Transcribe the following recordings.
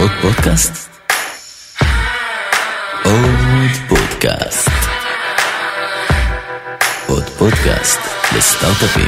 עוד פודקאסט? עוד פודקאסט. עוד פודקאסט לסטארט-אפים.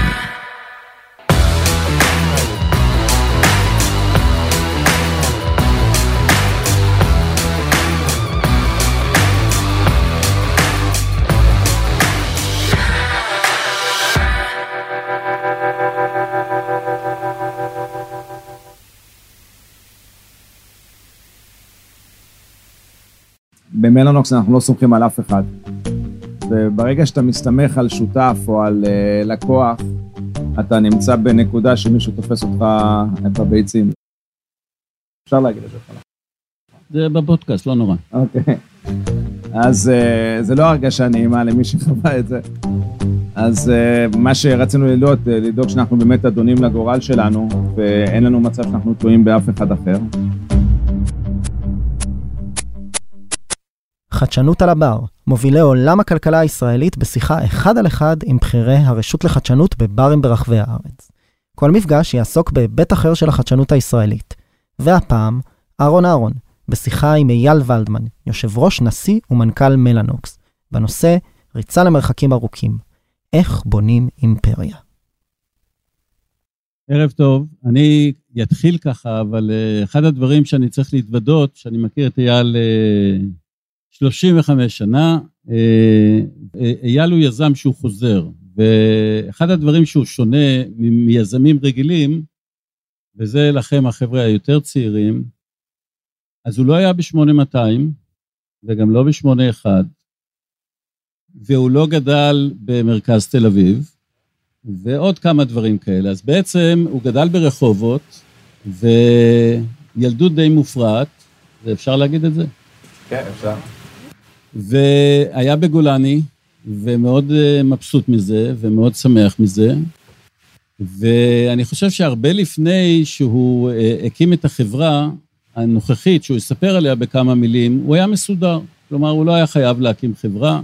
במלאנוקס אנחנו לא סומכים על אף אחד, וברגע שאתה מסתמך על שותף או על לקוח, אתה נמצא בנקודה שמישהו תופס אותך בביצים. אפשר להגיד את זה. זה בפודקאסט, לא נורא. אוקיי. אז זה לא הרגשה נעימה למי שחווה את זה. אז מה שרצינו לדאוג שאנחנו באמת אדונים לגורל שלנו, ואין לנו מצב שאנחנו תלויים באף אחד אחר. חדשנות על הבר, מובילי עולם הכלכלה הישראלית בשיחה אחד על אחד עם בחירי הרשות לחדשנות בברים ברחבי הארץ. כל מפגש יעסוק בהיבט אחר של החדשנות הישראלית. והפעם, אהרון, בשיחה עם אייל ולדמן, יושב ראש נשיא ומנכ"ל מלאנוקס, בנושא ריצה למרחקים ארוכים. איך בונים אימפריה? ערב טוב, אני אתחיל ככה, אבל אחד הדברים שאני צריך להתוודות, שאני מכיר את אייל 35 שנה, אייל הוא יזם שהוא חוזר, ואחד הדברים שהוא שונה מיזמים רגילים, וזה לכם החבר'ה היותר צעירים, אז הוא לא היה ב-8200, וגם לא ב-81, והוא לא גדל במרכז תל אביב, ועוד כמה דברים כאלה. אז בעצם הוא גדל ברחובות, וילדות די מופרעת, ואפשר להגיד את זה? כן, אפשר. והיה בגולני, ומאוד מבסוט מזה, ומאוד שמח מזה, ואני חושב שהרבה לפני שהוא הקים את החברה הנוכחית, שהוא יספר עליה בכמה מילים, הוא היה מסודר, כלומר הוא לא היה חייב להקים חברה,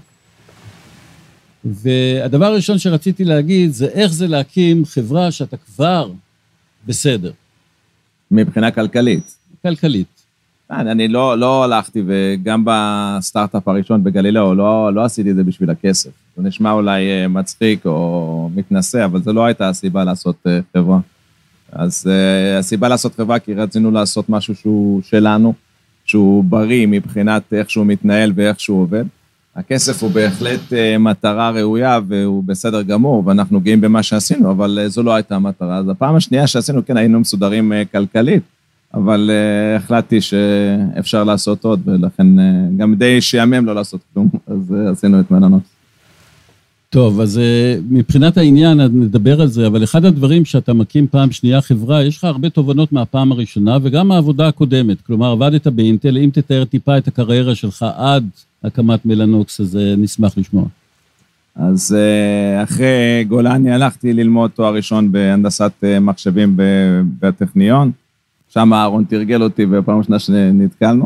והדבר הראשון שרציתי להגיד, זה איך זה להקים חברה שאתה כבר בסדר. מבחינה כלכלית. כלכלית. אני לא הלכתי, וגם בסטארט-אפ הראשון בגלילאו, לא עשיתי את זה בשביל הכסף. זה נשמע אולי מצחיק או מתנסה, אבל זה לא הייתה הסיבה לעשות חברה. אז הסיבה לעשות חברה, כי רצינו לעשות משהו שהוא שלנו, שהוא בריא מבחינת איך שהוא מתנהל ואיך שהוא עובד. הכסף הוא בהחלט מטרה ראויה, והוא בסדר גמור, ואנחנו גאים במה שעשינו, אבל זו לא הייתה המטרה. אז הפעם השנייה שעשינו, כן, היינו מסודרים כלכלית, אבל החלטתי שאפשר לעשות עוד, ולכן גם די שיאמם לא לעשות כלום, אז עשינו את מלאנוקס. טוב, אז מבחינת העניין, נדבר על זה, אבל אחד הדברים שאתה מקים פעם שנייה חברה, יש לך הרבה תובנות מהפעם הראשונה, וגם העבודה הקודמת, כלומר, עבדת באינטל, אם תתאר טיפה את הקריירה שלך עד הקמת מלאנוקס, אז נשמח לשמוע. אז אחרי גולני הלכתי ללמוד תואר ראשון בהנדסת מחשבים בטכניון, שם אהרון תרגל אותי בפעם השנייה שנתקלנו,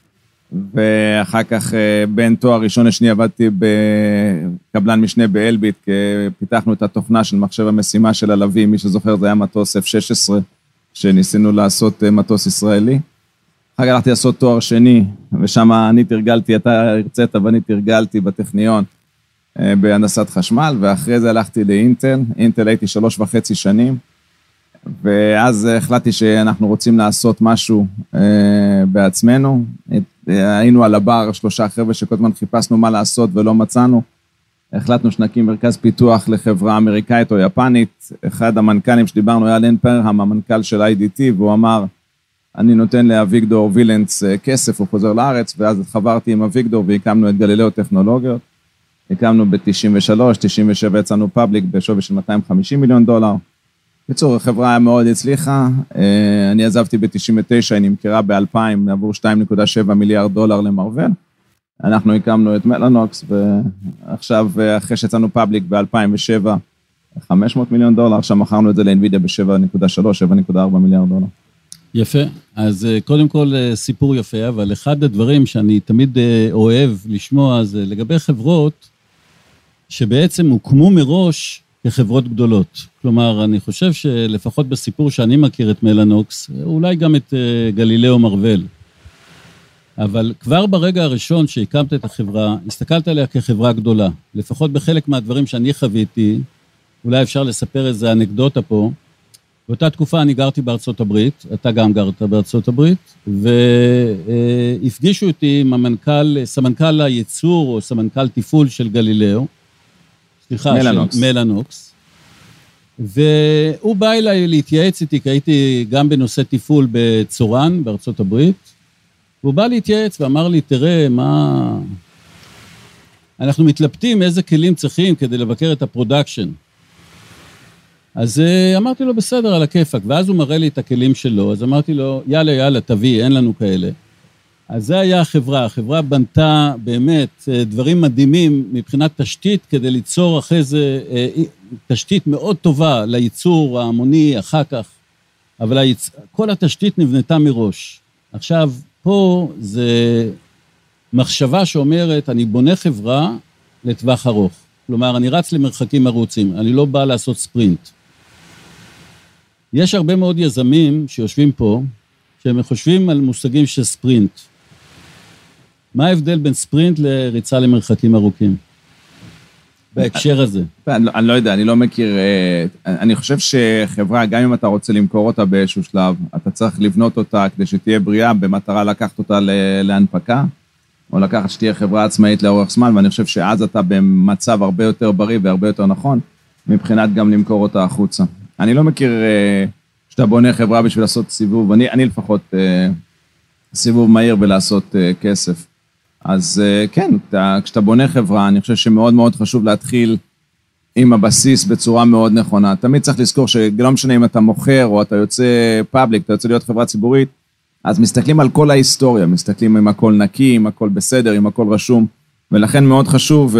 ואחר כך בין תואר ראשון לשני עבדתי בקבלן משנה באלביט, פיתחנו את התוכנה של מחשב המשימה של הלוי, מי שזוכר זה היה מטוס F-16, שניסינו לעשות מטוס ישראלי. אחר כך הלכתי לעשות תואר שני, ושם אני תרגלתי, אתה הרצית ואני תרגלתי בטכניון בהנדסת חשמל, ואחרי זה הלכתי לאינטל, אינטל הייתי 3.5 שנים, ואז החלטתי שאנחנו רוצים לעשות משהו בעצמנו. היינו על הבר 3 חבר'ה שכל הזמן חיפשנו מה לעשות ולא מצאנו. החלטנו שנקים מרכז פיתוח לחברה אמריקאית או יפנית. אחד המנכ"לים שדיברנו היה לן פרהם, המנכ"ל של IDT, והוא אמר, אני נותן לאביגדור וילנץ כסף, הוא חוזר לארץ, ואז חברתי עם אביגדור והקמנו את גלילאו טכנולוגיות. הקמנו ב-93, 97 יצאנו פאבליק בשווי של $250 מיליון. בצור, החברה מאוד הצליחה, אני עזבתי ב-99, היא נמכרה ב-2000 עבור $2.7 מיליארד למרוול. אנחנו הקמנו את מלאנוקס, ועכשיו אחרי שיצאנו פאבליק ב-2007, $500 מיליון, עכשיו מכרנו את זה לאנווידיה ב-7.3, $7.4 מיליארד. יפה, אז קודם כל סיפור יפה, אבל אחד הדברים שאני תמיד אוהב לשמוע, זה לגבי חברות שבעצם הוקמו מראש, כחברות גדולות. כלומר, אני חושב שלפחות בסיפור שאני מכיר את מלאנוקס, אולי גם את גלילאו מרוול, אבל כבר ברגע הראשון שהקמת את החברה, הסתכלת עליה כחברה גדולה. לפחות בחלק מהדברים שאני חוויתי, אולי אפשר לספר איזה אנקדוטה פה. באותה תקופה אני גרתי בארצות הברית, אתה גם גרת בארצות הברית, והפגישו אותי עם סמנכ"ל הייצור או סמנכ"ל תפעול של גלילאו, מלאנוקס. והוא בא אליי להתייעץ איתי, כי הייתי גם בנושא תפעול בצורן, בארצות הברית, והוא בא להתייעץ ואמר לי, תראה, מה... אנחנו מתלבטים איזה כלים צריכים כדי לבקר את הפרודקשן. אז אמרתי לו, בסדר, על הכיפק, ואז הוא מראה לי את הכלים שלו, אז אמרתי לו, יאללה, תביא, אין לנו כאלה. אז זה היה החברה בנתה באמת דברים מדהימים מבחינת תשתית, כדי ליצור אחרי זה תשתית מאוד טובה לייצור ההמוני אחר כך, אבל כל התשתית נבנתה מראש. עכשיו, פה זה מחשבה שאומרת, אני בונה חברה לטווח ארוך. כלומר, אני רץ למרחקים ארוצים, אני לא בא לעשות ספרינט. יש הרבה מאוד יזמים שיושבים פה, שהם חושבים על מושגים של ספרינט. מה ההבדל בין ספרינט לריצה למרחקים ארוכים? בהקשר הזה. אני לא יודע, אני לא מכיר, אני חושב שחברה, גם אם אתה רוצה למכור אותה באיזשהו שלב, אתה צריך לבנות אותה כדי שתהיה בריאה, במטרה לקחת אותה להנפקה, או לקחת שתהיה חברה עצמאית לאורך זמן, ואני חושב שאז אתה במצב הרבה יותר בריא והרבה יותר נכון, מבחינת גם למכור אותה החוצה. אני לא מכיר שאתה בונה חברה בשביל לעשות סיבוב, אני לפחות סיבוב מהיר ולעשות כסף. אז כן, כשאתה בונה חברה, אני חושב שמאוד מאוד חשוב להתחיל עם הבסיס בצורה מאוד נכונה. תמיד צריך לזכור שלא משנה אם אתה מוכר או אתה יוצא פאבליק, אתה יוצא להיות חברה ציבורית, אז מסתכלים על כל ההיסטוריה, מסתכלים אם הכל נקי, אם הכל בסדר, אם הכל רשום, ולכן מאוד חשוב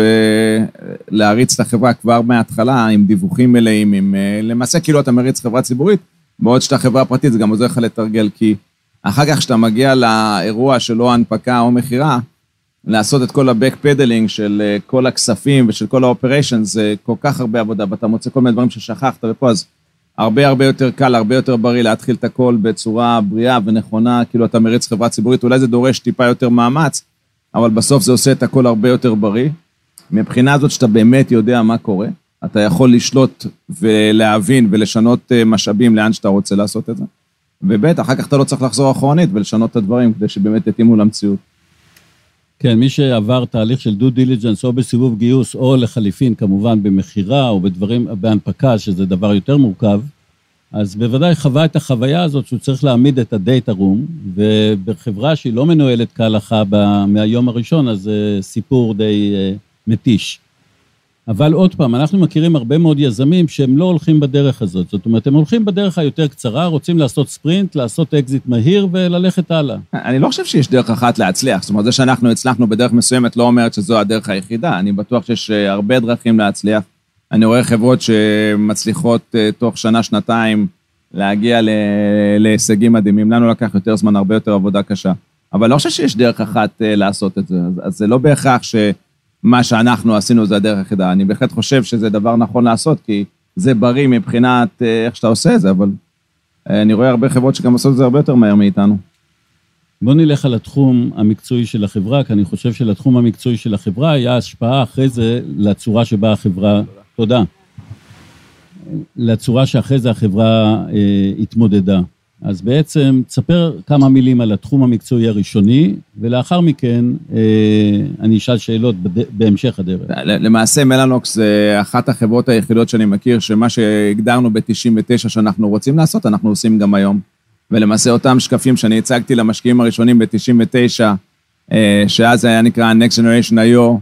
להריץ את החברה כבר מההתחלה, עם דיווחים מלאים, למעשה כאילו אתה מריץ חברה ציבורית, בעוד שאתה חברה פרטית, זה גם עוזר לך לתרגל, כי אחר כך שאתה מגיע לאירוע שלא הנפקה או מחירה, לעשות את כל הבק פדלינג של כל הכספים ושל כל האופריישן, זה כל כך הרבה עבודה, ואתה מוצא כל מיני דברים ששכחת ופה, אז הרבה יותר קל, הרבה יותר בריא להתחיל את הכל בצורה בריאה ונכונה, כאילו אתה מריץ חברה ציבורית, אולי זה דורש טיפה יותר מאמץ, אבל בסוף זה עושה את הכל הרבה יותר בריא. מבחינה הזאת שאתה באמת יודע מה קורה, אתה יכול לשלוט ולהבין ולשנות משאבים לאן שאתה רוצה לעשות את זה. ובית, אחר כך אתה לא צריך לחזור אחרונית ולשנות את הדברים, כדי שבאמת יתאימו למציאות. כן, מי שעבר תהליך של דו דיליג'נס או בסיבוב גיוס, או לחליפין כמובן במחירה או בדברים, בהנפקה, שזה דבר יותר מורכב, אז בוודאי חווה את החוויה הזאת שהוא צריך להעמיד את הדאטה רום, ובחברה שהיא לא מנוהלת כהלכה מהיום הראשון, אז זה סיפור די מתיש. אבל עוד פעם, אנחנו מכירים הרבה מאוד יזמים שהם לא הולכים בדרך הזאת. זאת אומרת, הם הולכים בדרך היותר קצרה, רוצים לעשות ספרינט, לעשות אקזיט מהיר וללכת הלאה. אני לא חושב שיש דרך אחת להצליח. זאת אומרת, זה שאנחנו הצלחנו בדרך מסוימת לא אומרת שזו הדרך היחידה. אני בטוח שיש הרבה דרכים להצליח. אני רואה חברות שמצליחות תוך שנה, שנתיים, להגיע להישגים מדהימים. לנו לקח יותר זמן, הרבה יותר עבודה קשה. אבל לא חושב שיש דרך אחת לעשות את זה. אז זה לא בהכרח מה שאנחנו עשינו זה הדרך היחידה. אני בהחלט חושב שזה דבר נכון לעשות, כי זה בריא מבחינת איך שאתה עושה את זה, אבל אני רואה הרבה חברות שגם עושות את זה הרבה יותר מהר מאיתנו. בוא נלך על התחום המקצועי של החברה, כי אני חושב שלתחום המקצועי של החברה היה השפעה אחרי זה לצורה שבה החברה, תודה, לצורה שאחרי זה החברה התמודדה. אז בעצם תספר כמה מילים על התחום המקצועי הראשוני, ולאחר מכן אני אשאל שאלות בהמשך הדרך. למעשה מלאנוקס זה אחת החברות היחידות שאני מכיר, שמה שהגדרנו ב-99 שאנחנו רוצים לעשות, אנחנו עושים גם היום. ולמעשה אותם שקפים שאני הצגתי למשקיעים הראשונים ב-99, שאז היה נקרא Next Generation IO,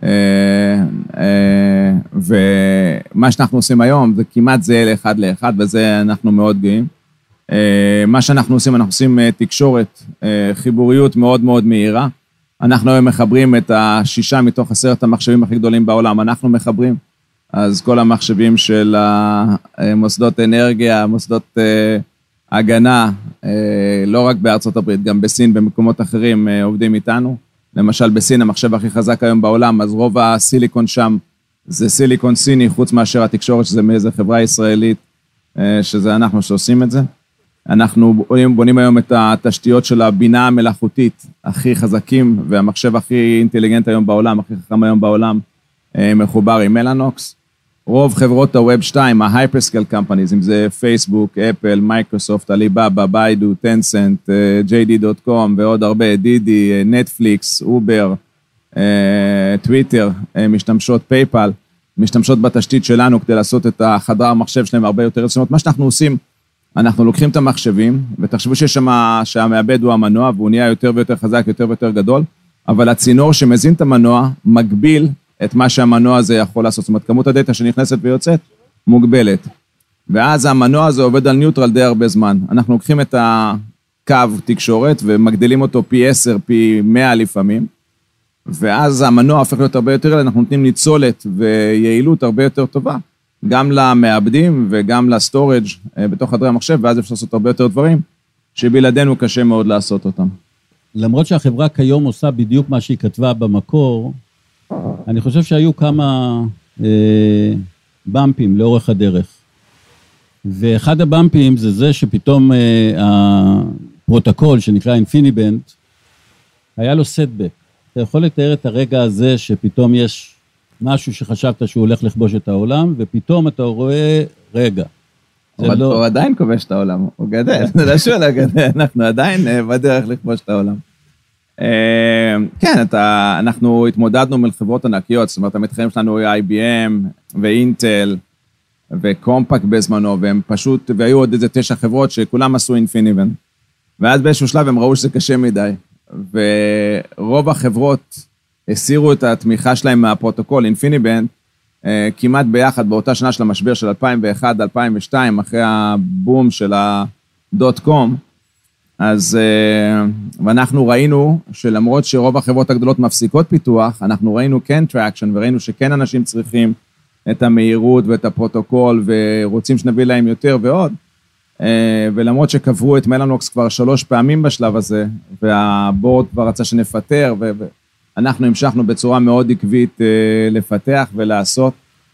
ומה שאנחנו עושים היום זה כמעט זה לאחד לאחד, וזה אנחנו מאוד גאים. מה שאנחנו עושים, אנחנו עושים תקשורת, חיבוריות מאוד מאוד מהירה. אנחנו היום מחברים את 6 מתוך 10 המחשבים הכי גדולים בעולם, אנחנו מחברים. אז כל המחשבים של מוסדות אנרגיה, מוסדות הגנה, לא רק בארצות הברית, גם בסין, במקומות אחרים עובדים איתנו. למשל בסין, המחשב הכי חזק היום בעולם, אז רוב הסיליקון שם זה סיליקון סיני, חוץ מאשר התקשורת שזה מאיזה חברה ישראלית, שזה אנחנו שעושים את זה. אנחנו בונים היום את התשתיות של הבינה המלאכותית הכי חזקים, והמחשב הכי אינטליגנט היום בעולם, הכי חכם היום בעולם, מחובר עם מלאנוקס. רוב חברות הווב 2, ההייפרסקייל קמפניז, אם זה פייסבוק, אפל, מייקרוסופט, עליבאבא, ביידו, טנסנט, JD.com ועוד הרבה, דידי, נטפליקס, אובר, טוויטר, משתמשות פייפל, משתמשות בתשתית שלנו כדי לעשות את החדר המחשב שלהם הרבה יותר רצינות. מה שאנחנו עושים, אנחנו לוקחים את המחשבים, ותחשבו שיש שם שהמעבד הוא המנוע, והוא נהיה יותר ויותר חזק, יותר ויותר גדול, אבל הצינור שמזין את המנוע מגביל את מה שהמנוע הזה יכול לעשות. זאת אומרת, כמות הדאטה שנכנסת ויוצאת מוגבלת. ואז המנוע הזה עובד על ניוטרל די הרבה זמן. אנחנו לוקחים את הקו תקשורת ומגדילים אותו פי 10, פי 100 לפעמים, ואז המנוע הופך להיות הרבה יותר, אנחנו נותנים ניצולת ויעילות הרבה יותר טובה, גם למעבדים וגם לסטורג' בתוך חדרי המחשב, ואז אפשר לעשות הרבה יותר דברים, שבלעדינו קשה מאוד לעשות אותם. למרות שהחברה כיום עושה בדיוק מה שהיא כתבה במקור, אני חושב שהיו כמה במפים לאורך הדרך. ואחד הבמפים זה שפתאום הפרוטוקול שנקרא InfiniBand, היה לו סטבק. אתה יכול לתאר את הרגע הזה שפתאום יש משהו שחשבת שהוא הולך לכבוש את העולם, ופתאום אתה רואה רגע. הוא עדיין כובש את העולם, הוא גדל, זה לא שהוא לא גדל, אנחנו עדיין בדרך לכבוש את העולם. כן, אנחנו התמודדנו מול חברות ענקיות, זאת אומרת, המתחרים שלנו היו IBM ואינטל וקומפקט בזמנו, והם פשוט, והיו עוד איזה 9 חברות שכולם עשו InfiniBand. ואז באיזשהו שלב הם ראו שזה קשה מדי, ורוב החברות הסירו את התמיכה שלהם מהפרוטוקול, InfiniBand, כמעט ביחד באותה שנה של המשבר של 2001-2002, אחרי הבום של ה.com, אז, ואנחנו ראינו שלמרות שרוב החברות הגדולות מפסיקות פיתוח, אנחנו ראינו כן טראקשן, וראינו שכן אנשים צריכים את המהירות ואת הפרוטוקול, ורוצים שנביא להם יותר ועוד, ולמרות שקברו את מלאנוקס כבר 3 פעמים בשלב הזה, והבורד כבר רצה שנפטר, ואנחנו המשכנו בצורה מאוד עקבית לפתח ולעשות,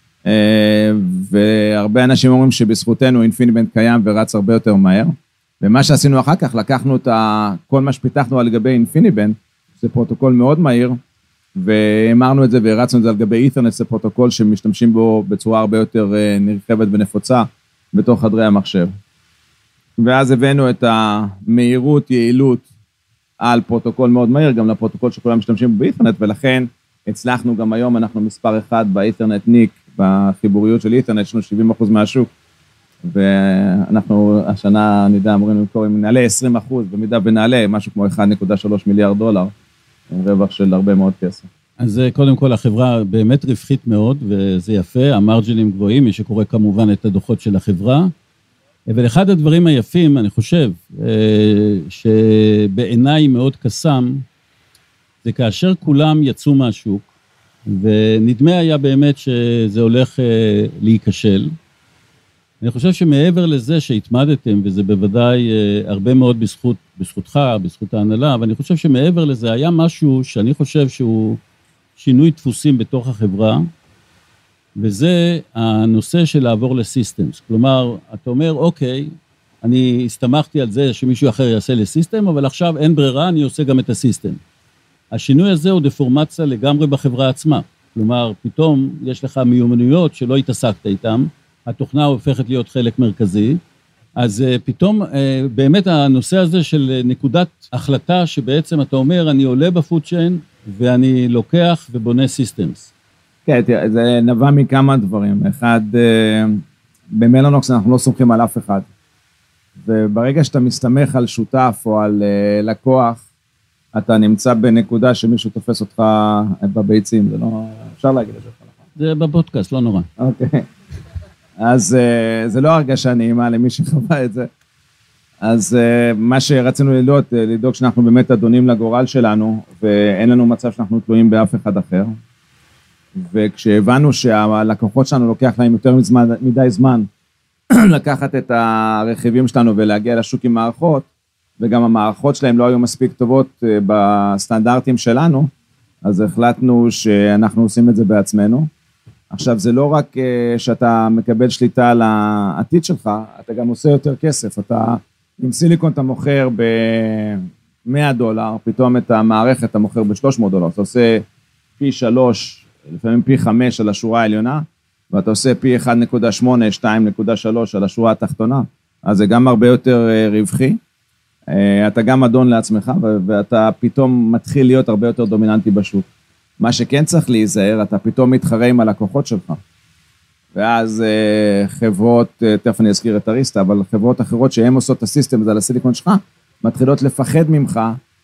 והרבה אנשים אומרים שבזכותנו InfiniBand קיים ורץ הרבה יותר מהר, ומה שעשינו אחר כך, לקחנו את כל מה שפיתחנו על גבי InfiniBand, זה פרוטוקול מאוד מהיר, ואמרנו את זה והרצנו את זה על גבי Ethernet, זה פרוטוקול שמשתמשים בו בצורה הרבה יותר נרחבת ונפוצה בתוך חדרי המחשב. ואז הבאנו את המהירות, יעילות על פרוטוקול מאוד מהיר, גם לפרוטוקול שכולם משתמשים בו באיתרנט, ולכן הצלחנו גם היום, אנחנו מספר 1 באיתרנט ניק, בחיבוריות של איתרנט, יש לנו 70% מהשוק, ואנחנו השנה, אני יודע, אמורים למכור, אם נעלה 20%, במידה ונעלה, משהו כמו $1.3 מיליארד, רווח של הרבה מאוד כסף. אז קודם כל, החברה באמת רווחית מאוד, וזה יפה, המרג'ינים גבוהים, מי שקורא כמובן את הדוחות של החברה, אבל אחד הדברים היפים, אני חושב, שבעיניי מאוד קסם, זה כאשר כולם יצאו מהשוק, ונדמה היה באמת שזה הולך להיכשל. אני חושב שמעבר לזה שהתמדתם, וזה בוודאי הרבה מאוד בזכותך, בזכות ההנהלה, אבל אני חושב שמעבר לזה היה משהו שאני חושב שהוא שינוי דפוסים בתוך החברה, וזה הנושא של לעבור לסיסטמס. כלומר, אתה אומר, אוקיי, אני הסתמכתי על זה שמישהו אחר יעשה לסיסטם, אבל עכשיו אין ברירה, אני עושה גם את הסיסטם. השינוי הזה הוא דפורמציה לגמרי בחברה עצמה. כלומר, פתאום יש לך מיומנויות שלא התעסקת איתן, התוכנה הופכת להיות חלק מרכזי, אז פתאום באמת הנושא הזה של נקודת החלטה שבעצם אתה אומר, אני עולה בפוד צ'יין ואני לוקח ובונה סיסטמס. כן, זה נבע מכמה דברים. אחד, במלאנוקס אנחנו לא סומכים על אף אחד, וברגע שאתה מסתמך על שותף או על לקוח, אתה נמצא בנקודה שמישהו תופס אותך בביצים, זה לא, אפשר להגיד את זה. זה בפודקאסט, לא נורא. אוקיי. אז זה לא הרגשה נעימה למי שחווה את זה. אז מה שרצינו לדאוג שאנחנו באמת אדונים לגורל שלנו, ואין לנו מצב שאנחנו תלויים באף אחד אחר. וכשהבנו שהלקוחות שלנו לוקח להם יותר מדי זמן לקחת את הרכיבים שלנו ולהגיע לשוק עם מערכות, וגם המערכות שלהם לא היו מספיק טובות בסטנדרטים שלנו, אז החלטנו שאנחנו עושים את זה בעצמנו. עכשיו, זה לא רק שאתה מקבל שליטה על העתיד שלך, אתה גם עושה יותר כסף, אתה עם סיליקון אתה מוכר $100, פתאום את המערכת אתה מוכר $300, אתה עושה פי 3, לפעמים פי 5 על השורה העליונה, ואתה עושה פי 1.8, 2.3 על השורה התחתונה, אז זה גם הרבה יותר רווחי, אתה גם אדון לעצמך, ואתה פתאום מתחיל להיות הרבה יותר דומיננטי בשוק. מה שכן צריך להיזהר, אתה פתאום מתחרה עם הלקוחות שלך, ואז חברות, תכף אני אזכיר את אריסטה, אבל חברות אחרות שהן עושות את הסיסטם הזה על הסיליקון שלך, מתחילות לפחד ממך,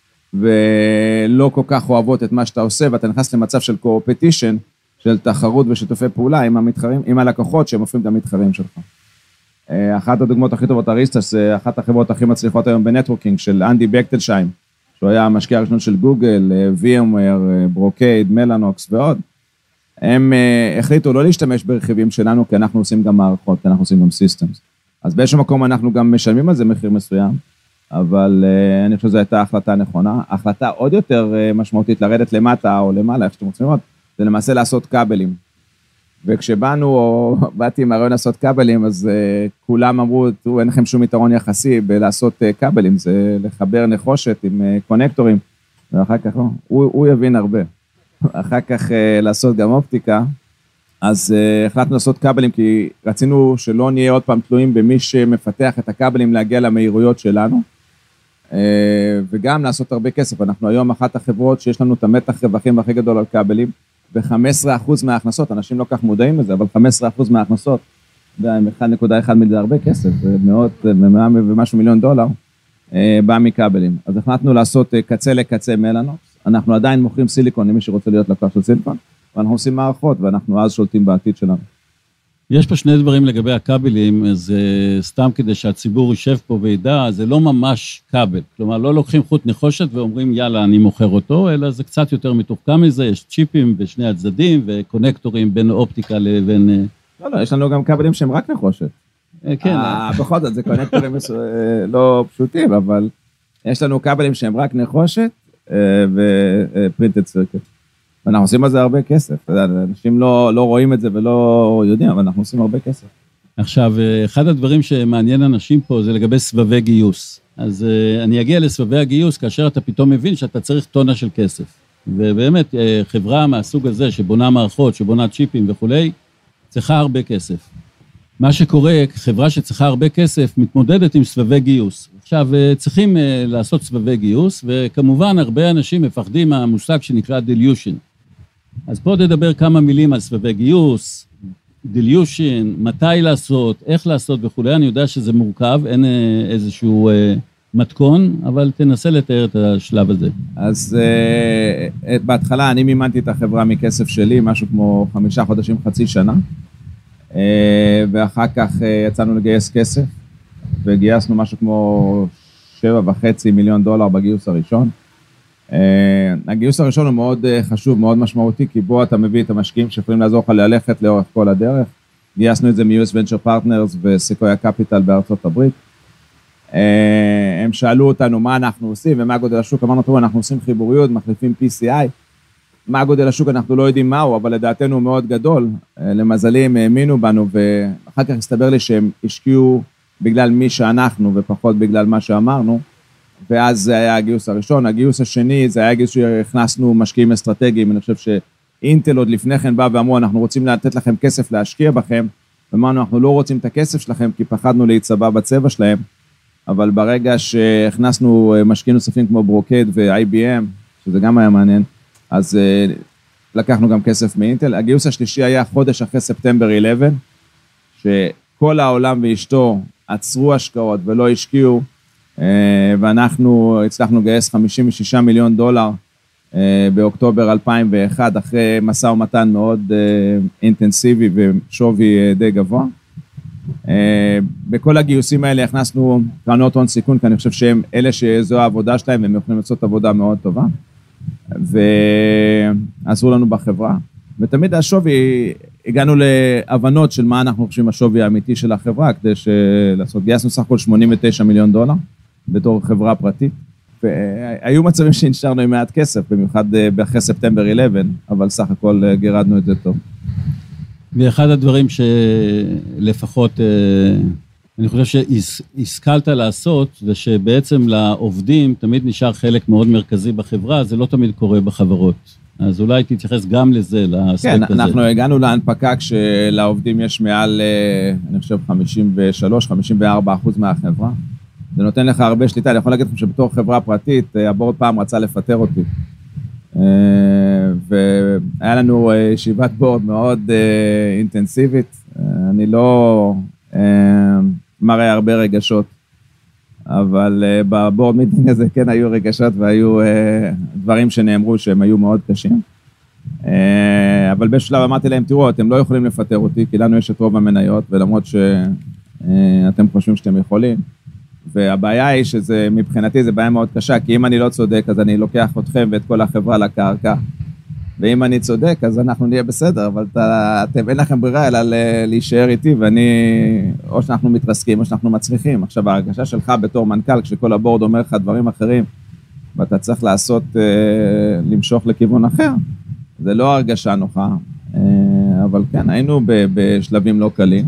ולא כל כך אוהבות את מה שאתה עושה, ואתה נכנס למצב של קורפטישן, של תחרות ושיתופי פעולה עם המתחרים, עם הלקוחות שהם הופכים את המתחרים שלך. אחת הדוגמאות הכי טובות אריסטה, זה אחת החברות הכי מצליחות היום בנטוורקינג, של אנדי בקטלשיים, שהוא היה המשקיע הראשון של גוגל, VMware, ברוקייד, מלאנוקס ועוד. הם החליטו לא להשתמש ברכיבים שלנו, כי אנחנו עושים גם מערכות, כי אנחנו עושים גם סיסטמס. אז באיזשהו מקום אנחנו גם משלמים על זה מחיר מסוים, אבל אני חושב שזו הייתה החלטה נכונה. החלטה עוד יותר משמעותית לרדת למטה או למעלה, איך שאתם רוצים לראות, זה למעשה לעשות כבלים. וכשבאנו, או באתי עם הרעיון לעשות כבלים, אז כולם אמרו, אין לכם שום יתרון יחסי בלעשות כבלים, זה לחבר נחושת עם קונקטורים, ואחר כך הוא יבין הרבה. אחר כך לעשות גם אופטיקה, אז החלטנו לעשות כבלים, כי רצינו שלא נהיה עוד פעם תלויים במי שמפתח את הכבלים להגיע למהירויות שלנו, וגם לעשות הרבה כסף. אנחנו היום אחת החברות שיש לנו את המתח רווחים הכי גדול על כבלים, ב-15% מההכנסות, אנשים לא כך מודעים לזה, אבל 15% מההכנסות, עם 1.1 מיליארד הרבה כסף, ומשהו $1,000,000, בא מכבלים. אז החלטנו לעשות קצה לקצה מלאנוקס, אנחנו עדיין מוכרים סיליקון למי שרוצה להיות לקוח של סיליקון, ואנחנו עושים מערכות, ואנחנו אז שולטים בעתיד שלנו. יש פה שני דברים לגבי הכבלים, זה סתם כדי שהציבור יישב פה וידע, זה לא ממש כבל, כלומר לא לוקחים חוט נחושת ואומרים יאללה אני מוכר אותו, אלא זה קצת יותר מתוחכם מזה, יש צ'יפים בשני הצדדים וקונקטורים בין אופטיקה לבין... לא, יש לנו גם כבלים שהם רק נחושת. כן. בכל זאת, זה קונקטורים לא פשוטים, אבל יש לנו כבלים שהם רק נחושת ופרינטד סירקט. ואנחנו עושים על זה הרבה כסף, אתה יודע, אנשים לא רואים את זה ולא יודעים, אבל אנחנו עושים הרבה כסף. עכשיו, אחד הדברים שמעניין אנשים פה זה לגבי סבבי גיוס. אז אני אגיע לסבבי הגיוס כאשר אתה פתאום מבין שאתה צריך טונה של כסף. ובאמת, חברה מהסוג הזה שבונה מערכות, שבונה צ'יפים וכולי, צריכה הרבה כסף. מה שקורה, חברה שצריכה הרבה כסף, מתמודדת עם סבבי גיוס. עכשיו, צריכים לעשות סבבי גיוס, וכמובן הרבה אנשים מפחדים מהמושג שנקרא dilution. אז פה נדבר כמה מילים על סבבי גיוס, dilution, מתי לעשות, איך לעשות וכו'. אני יודע שזה מורכב, אין איזשהו מתכון, אבל תנסה לתאר את השלב הזה. אז בהתחלה אני מימנתי את החברה מכסף שלי, משהו כמו 5 חודשים, חצי שנה, ואחר כך יצאנו לגייס כסף, וגייסנו משהו כמו $7.5 מיליון בגיוס הראשון. הגיוס הראשון הוא מאוד חשוב, מאוד משמעותי, כי בו אתה מביא את המשקיעים שיכולים לעזור לך ללכת לאורך כל הדרך. גייסנו את זה מ-US Venture Partners וסקויה קפיטל בארצות הברית. הם שאלו אותנו מה אנחנו עושים ומה גודל השוק, אמרנו, טוב, אנחנו עושים חיבוריות, מחליפים PCI, מה גודל השוק אנחנו לא יודעים מהו, אבל לדעתנו הוא מאוד גדול, למזלי הם האמינו בנו, ואחר כך הסתבר לי שהם השקיעו בגלל מי שאנחנו ופחות בגלל מה שאמרנו, ואז זה היה הגיוס הראשון. הגיוס השני זה היה גיוס שהכנסנו משקיעים אסטרטגיים, אני חושב שאינטל עוד לפני כן בא ואמרו, אנחנו רוצים לתת לכם כסף להשקיע בכם, ואמרנו, אנחנו לא רוצים את הכסף שלכם, כי פחדנו להיצבע בצבע שלהם, אבל ברגע שהכנסנו משקיעים נוספים כמו ברוקייד ו-IBM, שזה גם היה מעניין, אז לקחנו גם כסף מאינטל. הגיוס השלישי היה חודש אחרי ספטמבר 11, שכל העולם ואשתו עצרו השקעות ולא השקיעו, ואנחנו הצלחנו לגייס $56 מיליון באוקטובר 2001, אחרי מסע ומתן מאוד אינטנסיבי ושווי די גבוה. בכל הגיוסים האלה הכנסנו קרנות הון סיכון, כי אני חושב שהם אלה שזו העבודה שלהם, והם יכולים לעשות עבודה מאוד טובה, ועזרו לנו בחברה. ותמיד השווי, הגענו להבנות של מה אנחנו חושבים השווי האמיתי של החברה, כדי לעשות, גייסנו סך הכל $89 מיליון בתור חברה פרטית, והיו מצבים שנשארנו עם מעט כסף, במיוחד אחרי ספטמבר 11, אבל סך הכל גירדנו את זה טוב. ואחד הדברים שלפחות אני חושב שהשכלת לעשות, זה שבעצם לעובדים תמיד נשאר חלק מאוד מרכזי בחברה, זה לא תמיד קורה בחברות. אז אולי תתייחס גם לזה, לאספקט הזה. כן, אנחנו הגענו להנפקה כשלעובדים יש מעל, אני חושב, 53-54% מהחברה. זה נותן לך הרבה שליטה. אני יכול להגיד לכם שבתור חברה פרטית, הבורד פעם רצה לפטר אותי. והיה לנו ישיבת בורד מאוד אינטנסיבית. אני לא מראה הרבה רגשות, אבל בבורד מיטינג הזה כן היו רגשות והיו דברים שנאמרו שהם היו מאוד קשים. אבל בשלב אמרתי להם, תראו, אתם לא יכולים לפטר אותי, כי לנו יש את רוב המניות, ולמרות שאתם חושבים שאתם יכולים. והבעיה היא שזה, מבחינתי, זה בעיה מאוד קשה, כי אם אני לא צודק, אז אני לוקח אתכם ואת כל החברה לקרקע. ואם אני צודק, אז אנחנו נהיה בסדר, אבל אתם אין לכם ברירה אלא להישאר איתי, או שאנחנו מתרסקים, או שאנחנו מצליחים. עכשיו, ההרגשה שלך בתור מנכ"ל, כשכל הבורד אומר לך דברים אחרים, ואתה צריך למשוך לכיוון אחר, זה לא הרגשה נוחה, אבל כן, היינו בשלבים לא קלים,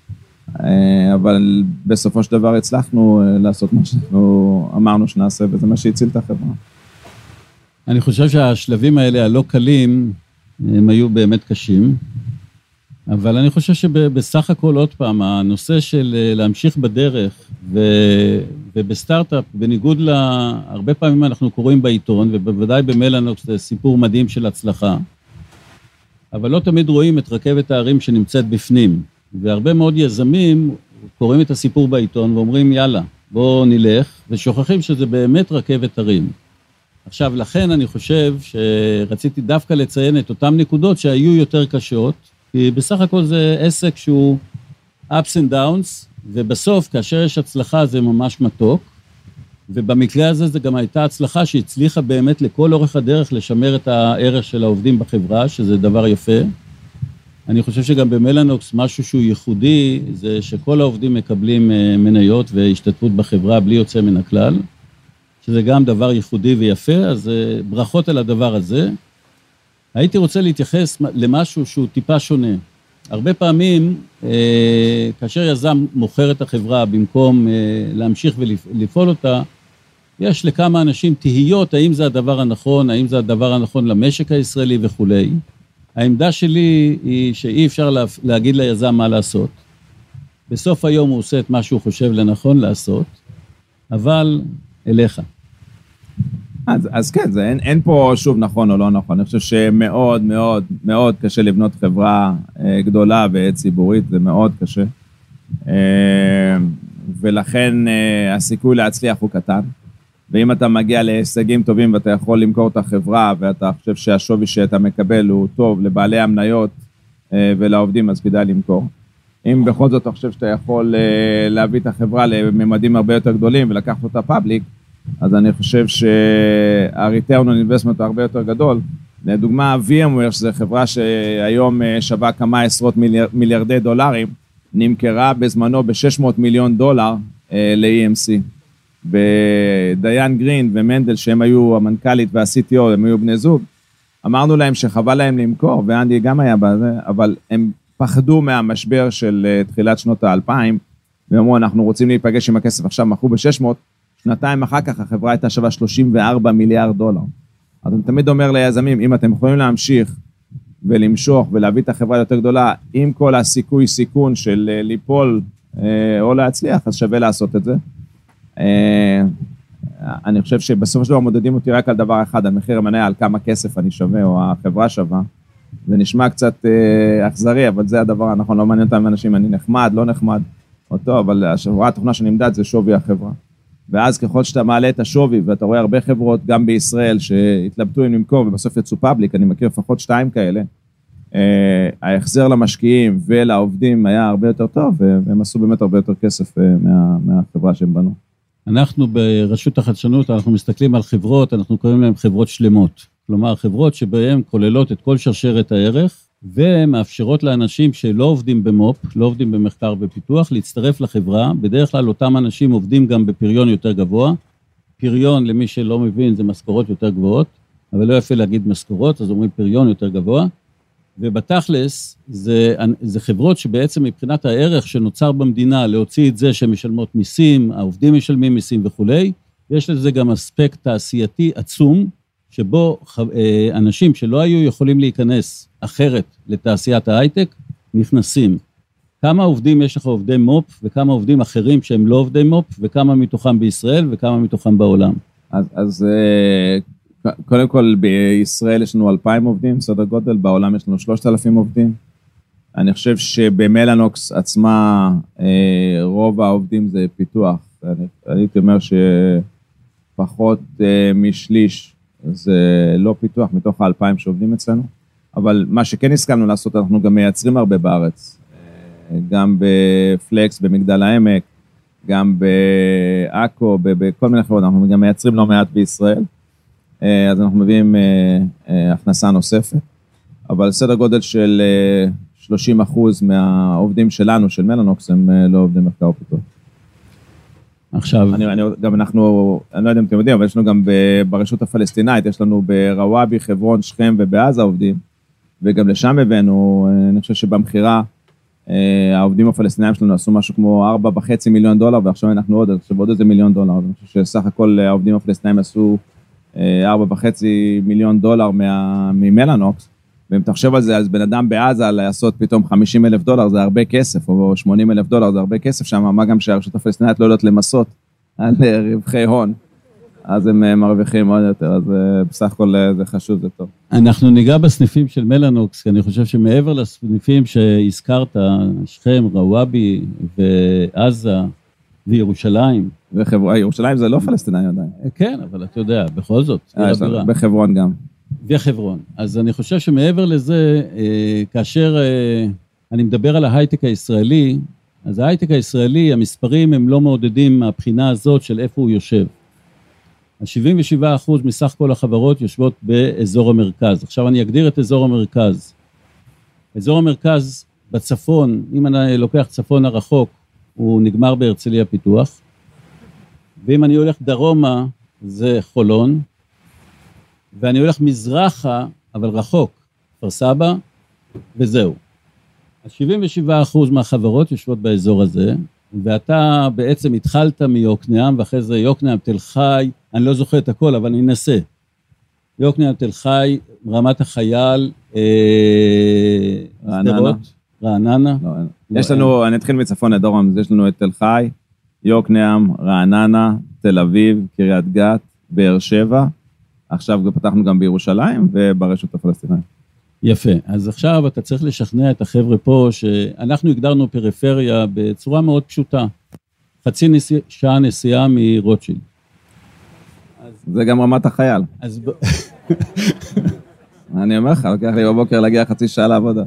אבל בסופו של דבר הצלחנו לעשות מה שאנחנו אמרנו שנעשה, וזה מה שהציל את החברה. אני חושב שהשלבים האלה הלא קלים, הם היו באמת קשים, אבל אני חושב שבסך הכל עוד פעם, הנושא של להמשיך בדרך, ובסטארט-אפ, בניגוד להרבה פעמים אנחנו קוראים בעיתון, ובוודאי במלאנוקס זה סיפור מדהים של הצלחה, אבל לא תמיד רואים את רכבת הערים שנמצאת בפנים, והרבה מאוד יזמים קוראים את הסיפור בעיתון ואומרים יאללה, בואו נלך, ושוכחים שזה באמת רכבת ערים. עכשיו, לכן אני חושב שרציתי דווקא לציין את אותם נקודות שהיו יותר קשות, כי בסך הכל זה עסק שהוא ups and downs, ובסוף, כאשר יש הצלחה, זה ממש מתוק, ובמקרה הזה זה גם הייתה הצלחה שהצליחה באמת לכל אורך הדרך לשמר את הערך של העובדים בחברה, שזה דבר יפה. אני חושב שגם במלאנוקס משהו שהוא ייחודי, זה שכל העובדים מקבלים מניות והשתתפות בחברה בלי יוצא מן הכלל, שזה גם דבר ייחודי ויפה, אז ברכות על הדבר הזה. הייתי רוצה להתייחס למשהו שהוא טיפה שונה. הרבה פעמים, כאשר יזם מוכר את החברה במקום להמשיך ולפעול אותה, יש לכמה אנשים תהיות, האם זה הדבר הנכון, האם זה הדבר הנכון למשק הישראלי וכו'. העמדה שלי היא שאי אפשר להגיד ליזם מה לעשות. בסוף היום הוא עושה את מה שהוא חושב לנכון לעשות, אבל אליך. אז כן, אין פה שוב נכון או לא נכון. אני חושב שמאוד מאוד מאוד קשה לבנות חברה גדולה וציבורית, זה מאוד קשה. ולכן הסיכוי להצליח הוא קטן. ואם אתה מגיע להישגים טובים ואתה יכול למכור את החברה, ואתה חושב שהשווי שאתה מקבל הוא טוב לבעלי המניות ולעובדים, אז כדאי למכור. אם בכל זאת אתה חושב שאתה יכול להביא את החברה לממדים הרבה יותר גדולים ולקחת אותה פאבליק, אז אני חושב שה-return on investment הוא הרבה יותר גדול. לדוגמה, VMware, שזו חברה שהיום שווה כמה עשרות מיליארדי דולרים, נמכרה בזמנו ב$600 מיליון ל-EMC. בדיין גרין ומנדל, שהם היו המנכ"לית וה-CTO, הם היו בני זוג, אמרנו להם שחבל להם למכור, ואנדי גם היה בזה, אבל הם פחדו מהמשבר של תחילת שנות ה-2000, ואמרו, אנחנו רוצים להיפגש עם הכסף, עכשיו מכרו ב-600, שנתיים אחר כך החברה הייתה שווה $34 מיליארד. אז אני תמיד אומר ליזמים, אם אתם יכולים להמשיך ולמשוך ולהביא את החברה יותר גדולה, עם כל הסיכוי סיכון של ליפול או להצליח, אז שווה לעשות את זה. אני חושב שבסופו של דבר מודדים אותי רק על דבר אחד, המחיר המניה על כמה כסף אני שווה או החברה שווה. זה נשמע קצת אכזרי, אבל זה הדבר הנכון, לא מעניין אותם אנשים, אני נחמד, לא נחמד, אותו, אבל השבועה התוכנה שנמדד זה שווי החברה. ואז ככל שאתה מעלה את השווי, ואתה רואה הרבה חברות, גם בישראל, שהתלבטו עם למכור, ובסוף יצאו פאבליק, אני מכיר לפחות 2 כאלה, ההחזר למשקיעים ולעובדים היה הרבה יותר טוב, והם עשו באמת הרבה יותר כסף מהחברה שהם בנו. אנחנו ברשות החדשנות, אנחנו מסתכלים על חברות, אנחנו קוראים להם חברות שלמות. כלומר, חברות שבהן כוללות את כל שרשרת הערך, ומאפשרות לאנשים שלא עובדים במופ, לא עובדים במחקר ופיתוח, להצטרף לחברה. בדרך כלל אותם אנשים עובדים גם בפריון יותר גבוה. פריון, למי שלא מבין, זה משכורות יותר גבוהות, אבל לא יפה להגיד משכורות, אז אומרים פריון יותר גבוה. ובתכלס זה חברות שבעצם מבחינת הערך שנוצר במדינה, להוציא את זה שמשלמות מיסים, העובדים משלמים מיסים וכולי, יש לזה גם אספקט תעשייתי עצום, שבו אנשים שלא היו יכולים להיכנס אחרת לתעשיית ההייטק, נכנסים. כמה עובדים יש לך עובדי מופ, וכמה עובדים אחרים שהם לא עובדי מופ, וכמה מתוכם בישראל, וכמה מתוכם בעולם. אז קודם כל, בישראל יש לנו 2,000 עובדים, סדר גודל, בעולם יש לנו 3,000 עובדים. אני חושב שבמלאנוקס עצמה, רוב העובדים זה פיתוח. אני הייתי אומר שפחות משליש זה לא פיתוח מתוך 2,000 שעובדים אצלנו, אבל מה שכן הסכמנו לעשות, אנחנו גם מייצרים הרבה בארץ, גם בפלקס, במגדל העמק, גם באקו, בכל מיני חברות, אנחנו גם מייצרים לא מעט בישראל, אז אנחנו מביאים הכנסה נוספת, אבל סדר גודל של 30% מהעובדים שלנו, של מלאנוקס, הם לא עובדים מחקר ופיתוח. עכשיו... גם אנחנו, אני לא יודע אם אתם יודעים, אבל יש לנו גם ברשות הפלסטינאית, יש לנו ברוואבי, חברון, שכם ובעזה עובדים, וגם לשם הבאנו, אני חושב שבמחירה, העובדים הפלסטינאים שלנו עשו משהו כמו $4.5 מיליון, ועכשיו אנחנו עוד איזה $1 מיליון. אני חושב שסך הכל העובדים הפלסטינאים עשו $4.5 מיליון ממלאנוקס, ואם תחשב על זה, אז בן אדם בעזה לעשות פתאום $50,000, זה הרבה כסף, או $80,000, זה הרבה כסף שם, מה גם שהרשות הפלסטינאית לא יודעת למסות על רווחי הון, אז הם מרוויחים עוד יותר, אז בסך הכל זה חשוב, זה טוב. אנחנו ניגע בסניפים של מלאנוקס, כי אני חושב שמעבר לסניפים שהזכרת, שכם, רוואבי ועזה וירושלים. ירושלים זה לא פלסטינאי עדיין. כן, אבל אתה יודע, בכל זאת. בחברון גם. וחברון. אז אני חושב שמעבר לזה, כאשר אני מדבר על ההייטק הישראלי, אז ההייטק הישראלי, המספרים הם לא מעודדים מהבחינה הזאת של איפה הוא יושב. ה-77% מסך כל החברות יושבות באזור המרכז. עכשיו אני אגדיר את אזור המרכז. אזור המרכז בצפון, אם אני לוקח צפון הרחוק, הוא נגמר בהרצליה פיתוח, ואם אני הולך דרומה, זה חולון, ואני הולך מזרחה, אבל רחוק, כפר סבא, וזהו. אז 77% מהחברות יושבות באזור הזה, ואתה בעצם התחלת מיוקנעם, ואחרי זה יוקנעם, תל חי, אני לא זוכר את הכל, אבל אני אנסה. יוקנעם, תל חי, רמת החייל, רעננה. יש לנו, אני אתחיל מצפון לדרום, יש לנו את תל חי, יוקנעם, רעננה, תל אביב, קריית גת, באר שבע, עכשיו פתחנו גם בירושלים וברשות הפלסטינאית. יפה, אז עכשיו אתה צריך לשכנע את החבר'ה פה, שאנחנו הגדרנו פריפריה בצורה מאוד פשוטה, חצי שעה נסיעה מרוטשילד. זה גם רמת החייל. אני אומר לך, לוקח לי בבוקר להגיע חצי שעה לעבודה.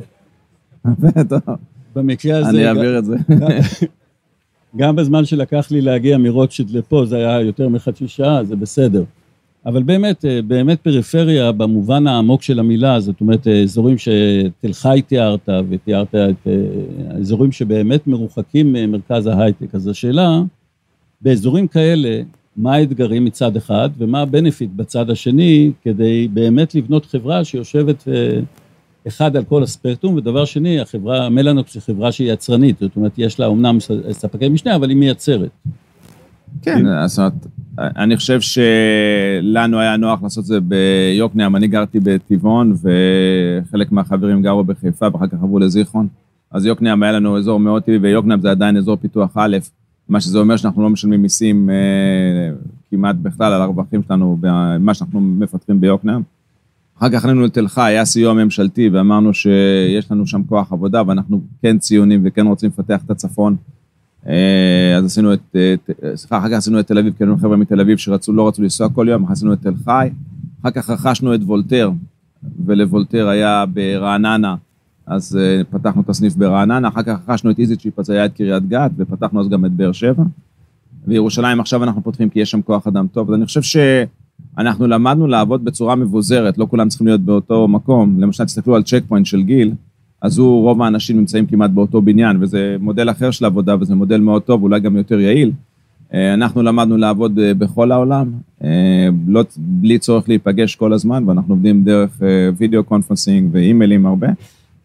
במקרה הזה... אני אעביר את זה. גם בזמן שלקח לי להגיע מרוטשילד לפה, זה היה יותר מחצי שעה, זה בסדר. אבל באמת פריפריה במובן העמוק של המילה, זאת אומרת, אזורים שתל חי תיארת, ותיארת את האזורים שבאמת מרוחקים ממרכז ההייטק. אז השאלה, באזורים כאלה, מה האתגרים מצד אחד, ומה הבנפיט בצד השני, כדי באמת לבנות חברה שיושבת אחד על כל הספקטרום, ודבר שני, החברה, מלאנוקס היא חברה שהיא יצרנית, זאת אומרת, יש לה אומנם ספקי משנה, אבל היא מייצרת. כן, זאת אומרת, אני חושב שלנו היה נוח לעשות את זה ביוקנעם, אני גרתי בטבעון, וחלק מהחברים גרו בחיפה, ואחר כך עברו לזיכרון, אז יוקנעם היה לנו אזור מאוד טבעי, ויוקנעם זה עדיין אזור פיתוח א', מה שזה אומר שאנחנו לא משלמים מיסים כמעט בכלל על הרווחים שלנו, מה שאנחנו מפתחים ביוקנעם. אחר כך עלינו לתל חי, היה סיוע ממשלתי, ואמרנו שיש לנו שם כוח עבודה, ואנחנו כן ציונים וכן רוצים לפתח את הצפון, אז עשינו אחר כך עשינו את תל אביב, כי היינו חבר'ה מתל אביב שלא רצו לנסוע כל יום, עשינו את תל חי, אחר כך רכשנו את וולטר, ולוולטר היה ברעננה, אז פתחנו את הסניף ברעננה, אחר כך רכשנו את איזי צ'יפ, אז היה את קריית גת, ופתחנו אז גם את באר שבע, וירושלים עכשיו אנחנו פותחים, כי יש שם כוח אדם טוב, אז אני חושב שאנחנו למדנו לעבוד בצורה מבוזרת, לא כולם צריכים להיות באותו מקום, למשל תסתכלו על צ'ק פוינט של גיל, אז רוב האנשים נמצאים כמעט באותו בניין, וזה מודל אחר של עבודה, וזה מודל מאוד טוב, אולי גם יותר יעיל. אנחנו למדנו לעבוד בכל העולם, בלי צורך להיפגש כל הזמן, ואנחנו עובדים דרך וידאו קונפרנסינג ואימיילים הרבה,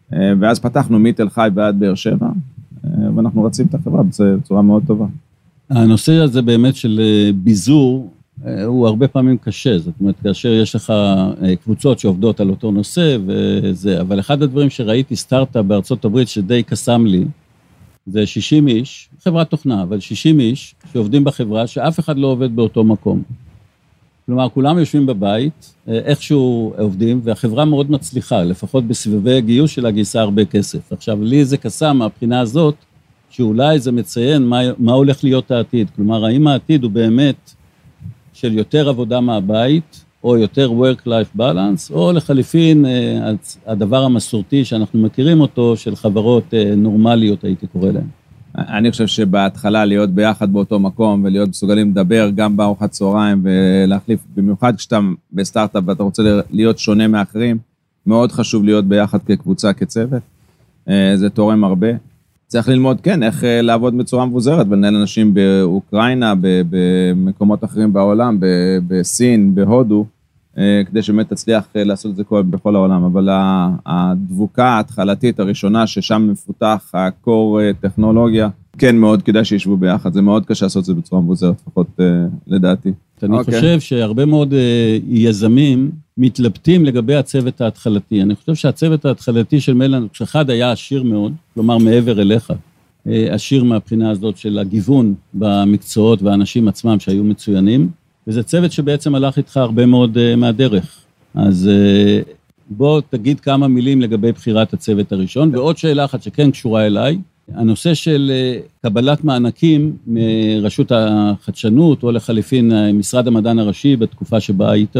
ואז פתחנו מתל חי ועד באר שבע, ואנחנו רצים את החברה בצורה מאוד טובה. הנושא הזה באמת של ביזור, הוא הרבה פעמים קשה, זאת אומרת, כאשר יש לך קבוצות שעובדות על אותו נושא וזה, אבל אחד הדברים שראיתי סטארט-אפ בארצות הברית שדי קסם לי, זה 60 איש, חברת תוכנה, אבל 60 איש שעובדים בחברה שאף אחד לא עובד באותו מקום. כלומר, כולם יושבים בבית, איכשהו עובדים, והחברה מאוד מצליחה, לפחות בסבבי גיוס שלה גייסה הרבה כסף. עכשיו, לי זה קסם מהבחינה הזאת, שאולי זה מציין מה הולך להיות העתיד. כלומר, האם העתיד הוא באמת של יותר עבודה מהבית, או יותר work-life balance, או לחליפין, הדבר המסורתי שאנחנו מכירים אותו, של חברות נורמליות, הייתי קורא להן. אני חושב שבהתחלה להיות ביחד באותו מקום, ולהיות מסוגלים לדבר גם בארוחת צהריים, ולהחליף, במיוחד כשאתה בסטארט-אפ, ואתה רוצה להיות שונה מאחרים, מאוד חשוב להיות ביחד כקבוצה, כצוות. זה תורם הרבה. צריך ללמוד, כן, איך לעבוד בצורה מבוזרת, ולנהל אנשים באוקראינה, במקומות אחרים בעולם, בסין, בהודו, כדי שבאמת תצליח לעשות את זה בכל העולם. אבל הדבוקה ההתחלתית הראשונה, ששם מפותח הקור טכנולוגיה, כן מאוד כדאי שישבו ביחד. זה מאוד קשה לעשות את זה בצורה מבוזרת, לפחות לדעתי. אני חושב שהרבה מאוד יזמים מתלבטים לגבי הצוות ההתחלתי. אני חושב שהצוות ההתחלתי של מלאנוקס אחד היה עשיר מאוד, כלומר מעבר אליך, עשיר מהבחינה הזאת של הגיוון במקצועות והאנשים עצמם שהיו מצוינים, וזה צוות שבעצם הלך איתך הרבה מאוד מהדרך. אז בוא תגיד כמה מילים לגבי בחירת הצוות הראשון, ועוד שאלה אחת שכן קשורה אליי, הנושא של קבלת מענקים מרשות החדשנות, או לחליפין משרד המדען הראשי בתקופה שבה היית,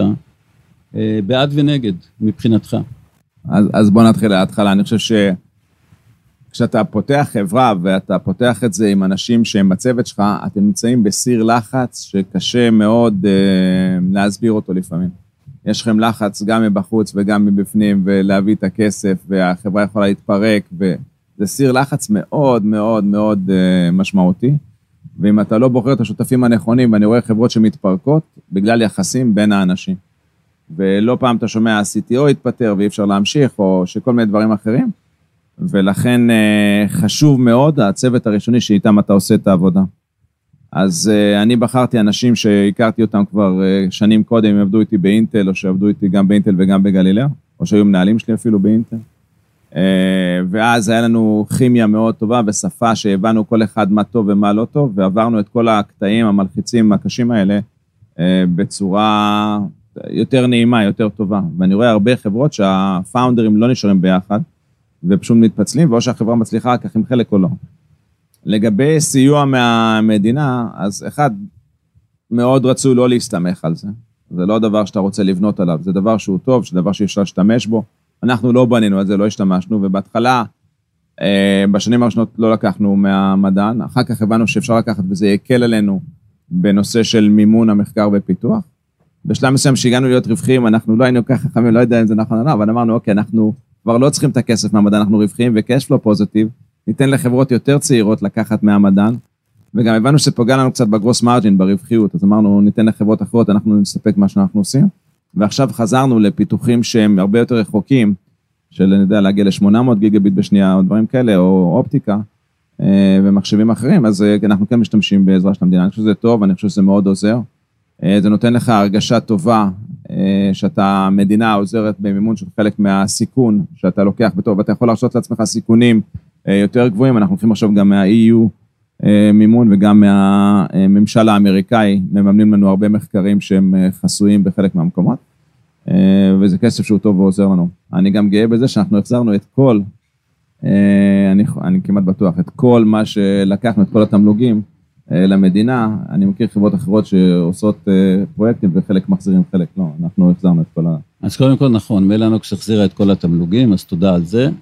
בעד ונגד מבחינתך. אז בוא נתחיל להתחלה. אני חושב שכשאתה פותח חברה, ואתה פותח את זה עם אנשים שהם בצוות שלך, אתם נמצאים בסיר לחץ שקשה מאוד להסביר אותו לפעמים. יש לכם לחץ גם מבחוץ וגם מבפנים, ולהביא את הכסף, והחברה יכולה להתפרק, וזה סיר לחץ מאוד מאוד מאוד משמעותי. ואם אתה לא בוחר את השותפים הנכונים, ואני רואה חברות שמתפרקות, בגלל יחסים בין האנשים. ולא פעם אתה שומע, ה-CTO התפטר ואי אפשר להמשיך, או שכל מיני דברים אחרים, ולכן חשוב מאוד הצוות הראשוני שאיתם אתה עושה את העבודה. אז אני בחרתי אנשים שהכרתי אותם כבר שנים קודם, הם עבדו איתי באינטל, או שעבדו איתי גם באינטל וגם בגלילאו, או שהיו מנהלים שלי אפילו באינטל. ואז היה לנו כימיה מאוד טובה, ושפה שהבנו כל אחד מה טוב ומה לא טוב, ועברנו את כל הקטעים המלחיצים הקשים האלה, בצורה יותר נעימה, יותר טובה. ואני רואה הרבה חברות שהפאונדרים לא נשארים ביחד, ופשוט מתפצלים, ואו שהחברה מצליחה כך עם חלק או לא. לגבי סיוע מהמדינה, אז אחד, מאוד רצו לא להסתמך על זה. זה לא דבר שאתה רוצה לבנות עליו, זה דבר שהוא טוב, זה דבר שאפשר להשתמש בו. אנחנו לא בנינו על זה, לא השתמשנו, ובהתחלה, בשנים הראשונות לא לקחנו מהמדען, אחר כך הבנו שאפשר לקחת, וזה יקל עלינו בנושא של מימון המחקר ופיתוח. בשלב מסוים שהגענו להיות רווחיים, אנחנו לא היינו ככה חכמים, לא יודע אם זה נכון או לא, אבל אמרנו, אוקיי, אנחנו כבר לא צריכים את הכסף מהמדען, אנחנו רווחיים וקש פלו פוזיטיב, ניתן לחברות יותר צעירות לקחת מהמדען, וגם הבנו שפוגע לנו קצת בגרוס מרג'ין, ברווחיות, אז אמרנו, ניתן לחברות אחרות, אנחנו נסתפק מה שאנחנו עושים, ועכשיו חזרנו לפיתוחים שהם הרבה יותר רחוקים, של אני יודע, להגיע ל-800 גיגביט בשנייה, או דברים כאלה, או אופטיקה, ומחשבים אחרים, אז אנחנו כן משתמשים בעזרה של המדינה, אני חושב שזה טוב, אני חושב שזה מאוד עוזר, זה נותן לך הרגשה טובה, שאתה מדינה עוזרת במימון של חלק מהסיכון שאתה לוקח בטוב, ואתה יכול לעשות לעצמך סיכונים יותר גבוהים, אנחנו הולכים עכשיו גם מה-EU מימון, וגם מהממשל האמריקאי, מממנים לנו הרבה מחקרים שהם חסויים בחלק מהמקומות, וזה כסף שהוא טוב ועוזר לנו. אני גם גאה בזה שאנחנו החזרנו את כל, אני כמעט בטוח, את כל מה שלקחנו, את כל התמלוגים, למדינה, אני מכיר חברות אחרות שעושות פרויקטים וחלק מחזירים, חלק לא, אנחנו החזרנו את כל אז קודם כל נכון, מלאנוקס החזירה את כל התמלוגים, אז תודה על זה.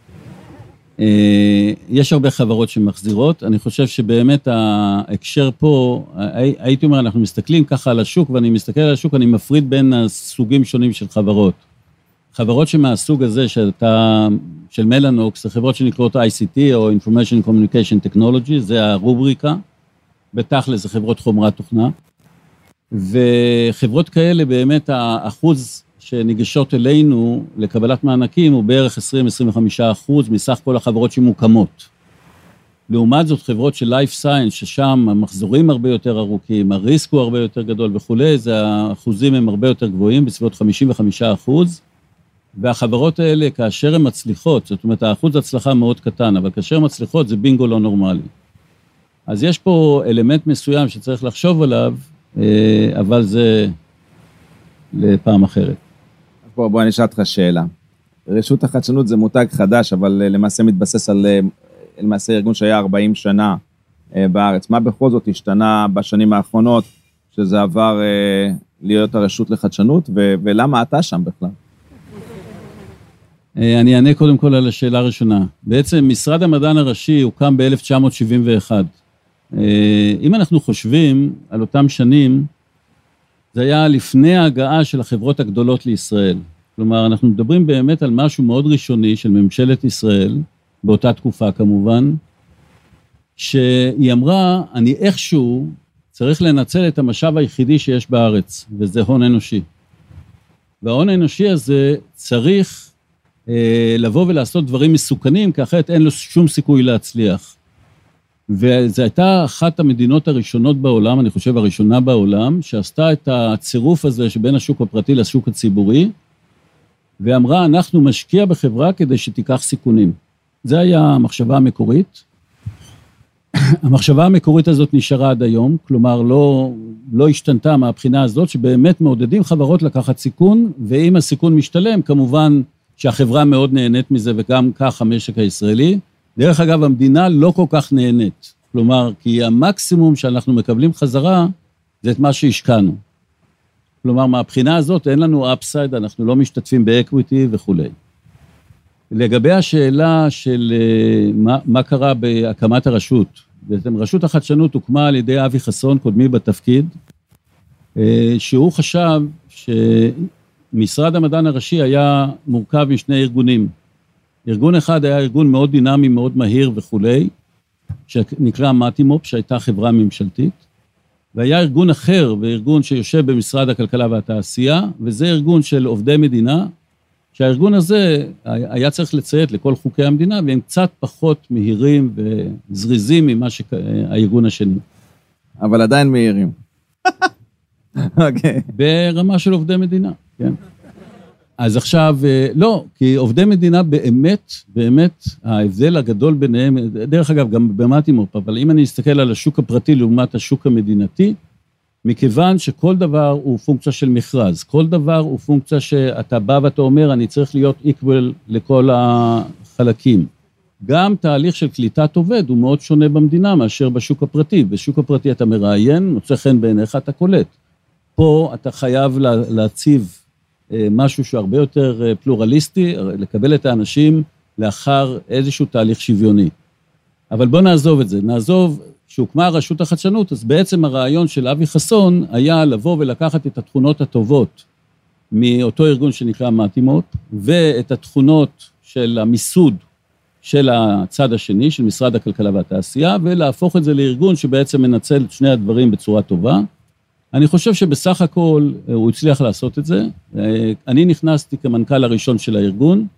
יש הרבה חברות שמחזירות, אני חושב שבאמת ההקשר פה, הייתי אומר, אנחנו מסתכלים ככה על השוק, ואני מסתכל על השוק, אני מפריד בין הסוגים שונים של חברות. חברות שמהסוג הזה של מלאנוקס, זה חברות שנקראות ICT או Information Communication Technology, זה הרובריקה, בתכל'ס זה חברות חומרת תוכנה, וחברות כאלה באמת האחוז שניגשות אלינו לקבלת מענקים הוא בערך 20-25% מסך כל החברות שמוקמות. לעומת זאת חברות של Life Science, ששם המחזורים הרבה יותר ארוכים, הריסק הוא הרבה יותר גדול וכולי, האחוזים הם הרבה יותר גבוהים, בסביבות 55%, והחברות האלה, כאשר הן מצליחות, זאת אומרת, האחוז הצלחה מאוד קטן, אבל כאשר הן מצליחות זה בינגו לא נורמלי. אז יש פה אלמנט מסוים שצריך לחשוב עליו, אבל זה לפעם אחרת. בוא אני אשאל אותך שאלה. רשות החדשנות זה מותג חדש, אבל למעשה מתבסס על למעשה ארגון שהיה 40 שנה בארץ. מה בכל זאת השתנה בשנים האחרונות, שזה עבר להיות הרשות לחדשנות, ולמה אתה שם בכלל? אני אענה קודם כל על השאלה הראשונה. בעצם משרד המדען הראשי הוקם ב-1971. אם אנחנו חושבים על אותם שנים, זה היה לפני ההגעה של החברות הגדולות לישראל. כלומר, אנחנו מדברים באמת על משהו מאוד ראשוני של ממשלת ישראל, באותה תקופה כמובן, שהיא אמרה, אני איכשהו צריך לנצל את המשאב היחידי שיש בארץ, וזה הון אנושי. וההון האנושי הזה צריך לבוא ולעשות דברים מסוכנים, כי אחרת אין לו שום סיכוי להצליח. וזו הייתה אחת המדינות הראשונות בעולם, אני חושב הראשונה בעולם, שעשתה את הצירוף הזה שבין השוק הפרטי לשוק הציבורי, ואמרה, אנחנו משקיע בחברה כדי שתיקח סיכונים. זה היה המחשבה המקורית. המחשבה המקורית הזאת נשארה עד היום, כלומר לא השתנתה מהבחינה הזאת, שבאמת מעודדים חברות לקחת סיכון, ואם הסיכון משתלם, כמובן שהחברה מאוד נהנית מזה, וגם כך המשק הישראלי. דרך אגב, המדינה לא כל כך נהנית. כלומר, כי המקסימום שאנחנו מקבלים חזרה, זה את מה שהשקענו. כלומר, מהבחינה הזאת אין לנו אפסייד, אנחנו לא משתתפים באקוויטי וכו'. לגבי השאלה של מה קרה בהקמת הרשות, בעצם רשות החדשנות הוקמה על ידי אבי חסון, קודמי בתפקיד, שהוא חשב שמשרד המדען הראשי היה מורכב משני ארגונים. ארגון אחד היה ארגון מאוד דינמי, מאוד מהיר וכו', שנקרא מטימופ, שהייתה חברה ממשלתית, והיה ארגון אחר, וארגון שיושב במשרד הכלכלה והתעשייה, וזה ארגון של עובדי מדינה, שהארגון הזה היה צריך לציית לכל חוקי המדינה, והם קצת פחות מהירים וזריזים ממה שהארגון השני. אבל עדיין מהירים. אוקיי. ברמה של עובדי מדינה, כן. אז עכשיו, לא, כי עובדי מדינה באמת, ההבדל הגדול ביניהם, דרך אגב, גם במטימופ, אבל אם אני אסתכל על השוק הפרטי לעומת השוק המדינתי, מכיוון שכל דבר הוא פונקציה של מכרז, כל דבר הוא פונקציה שאתה בא ואתה אומר, אני צריך להיות equal לכל החלקים. גם תהליך של קליטת עובד הוא מאוד שונה במדינה מאשר בשוק הפרטי. בשוק הפרטי אתה מראיין, מוצא חן בעיניך, אתה קולט. פה אתה חייב להציב משהו שהוא הרבה יותר פלורליסטי, לקבל את האנשים לאחר איזשהו תהליך שוויוני. אבל בוא נעזוב את זה, נעזוב שהוקמה רשות החדשנות, אז בעצם הרעיון של אבי חסון היה לבוא ולקחת את התכונות הטובות מאותו ארגון שנקרא מטימופ, ואת התכונות של המיסוד של הצד השני, של משרד הכלכלה והתעשייה, ולהפוך את זה לארגון שבעצם מנצל את שני הדברים בצורה טובה. אני חושב שבסך הכל הוא הצליח לעשות את זה. אני נכנסתי כמנכ"ל הראשון של הארגון.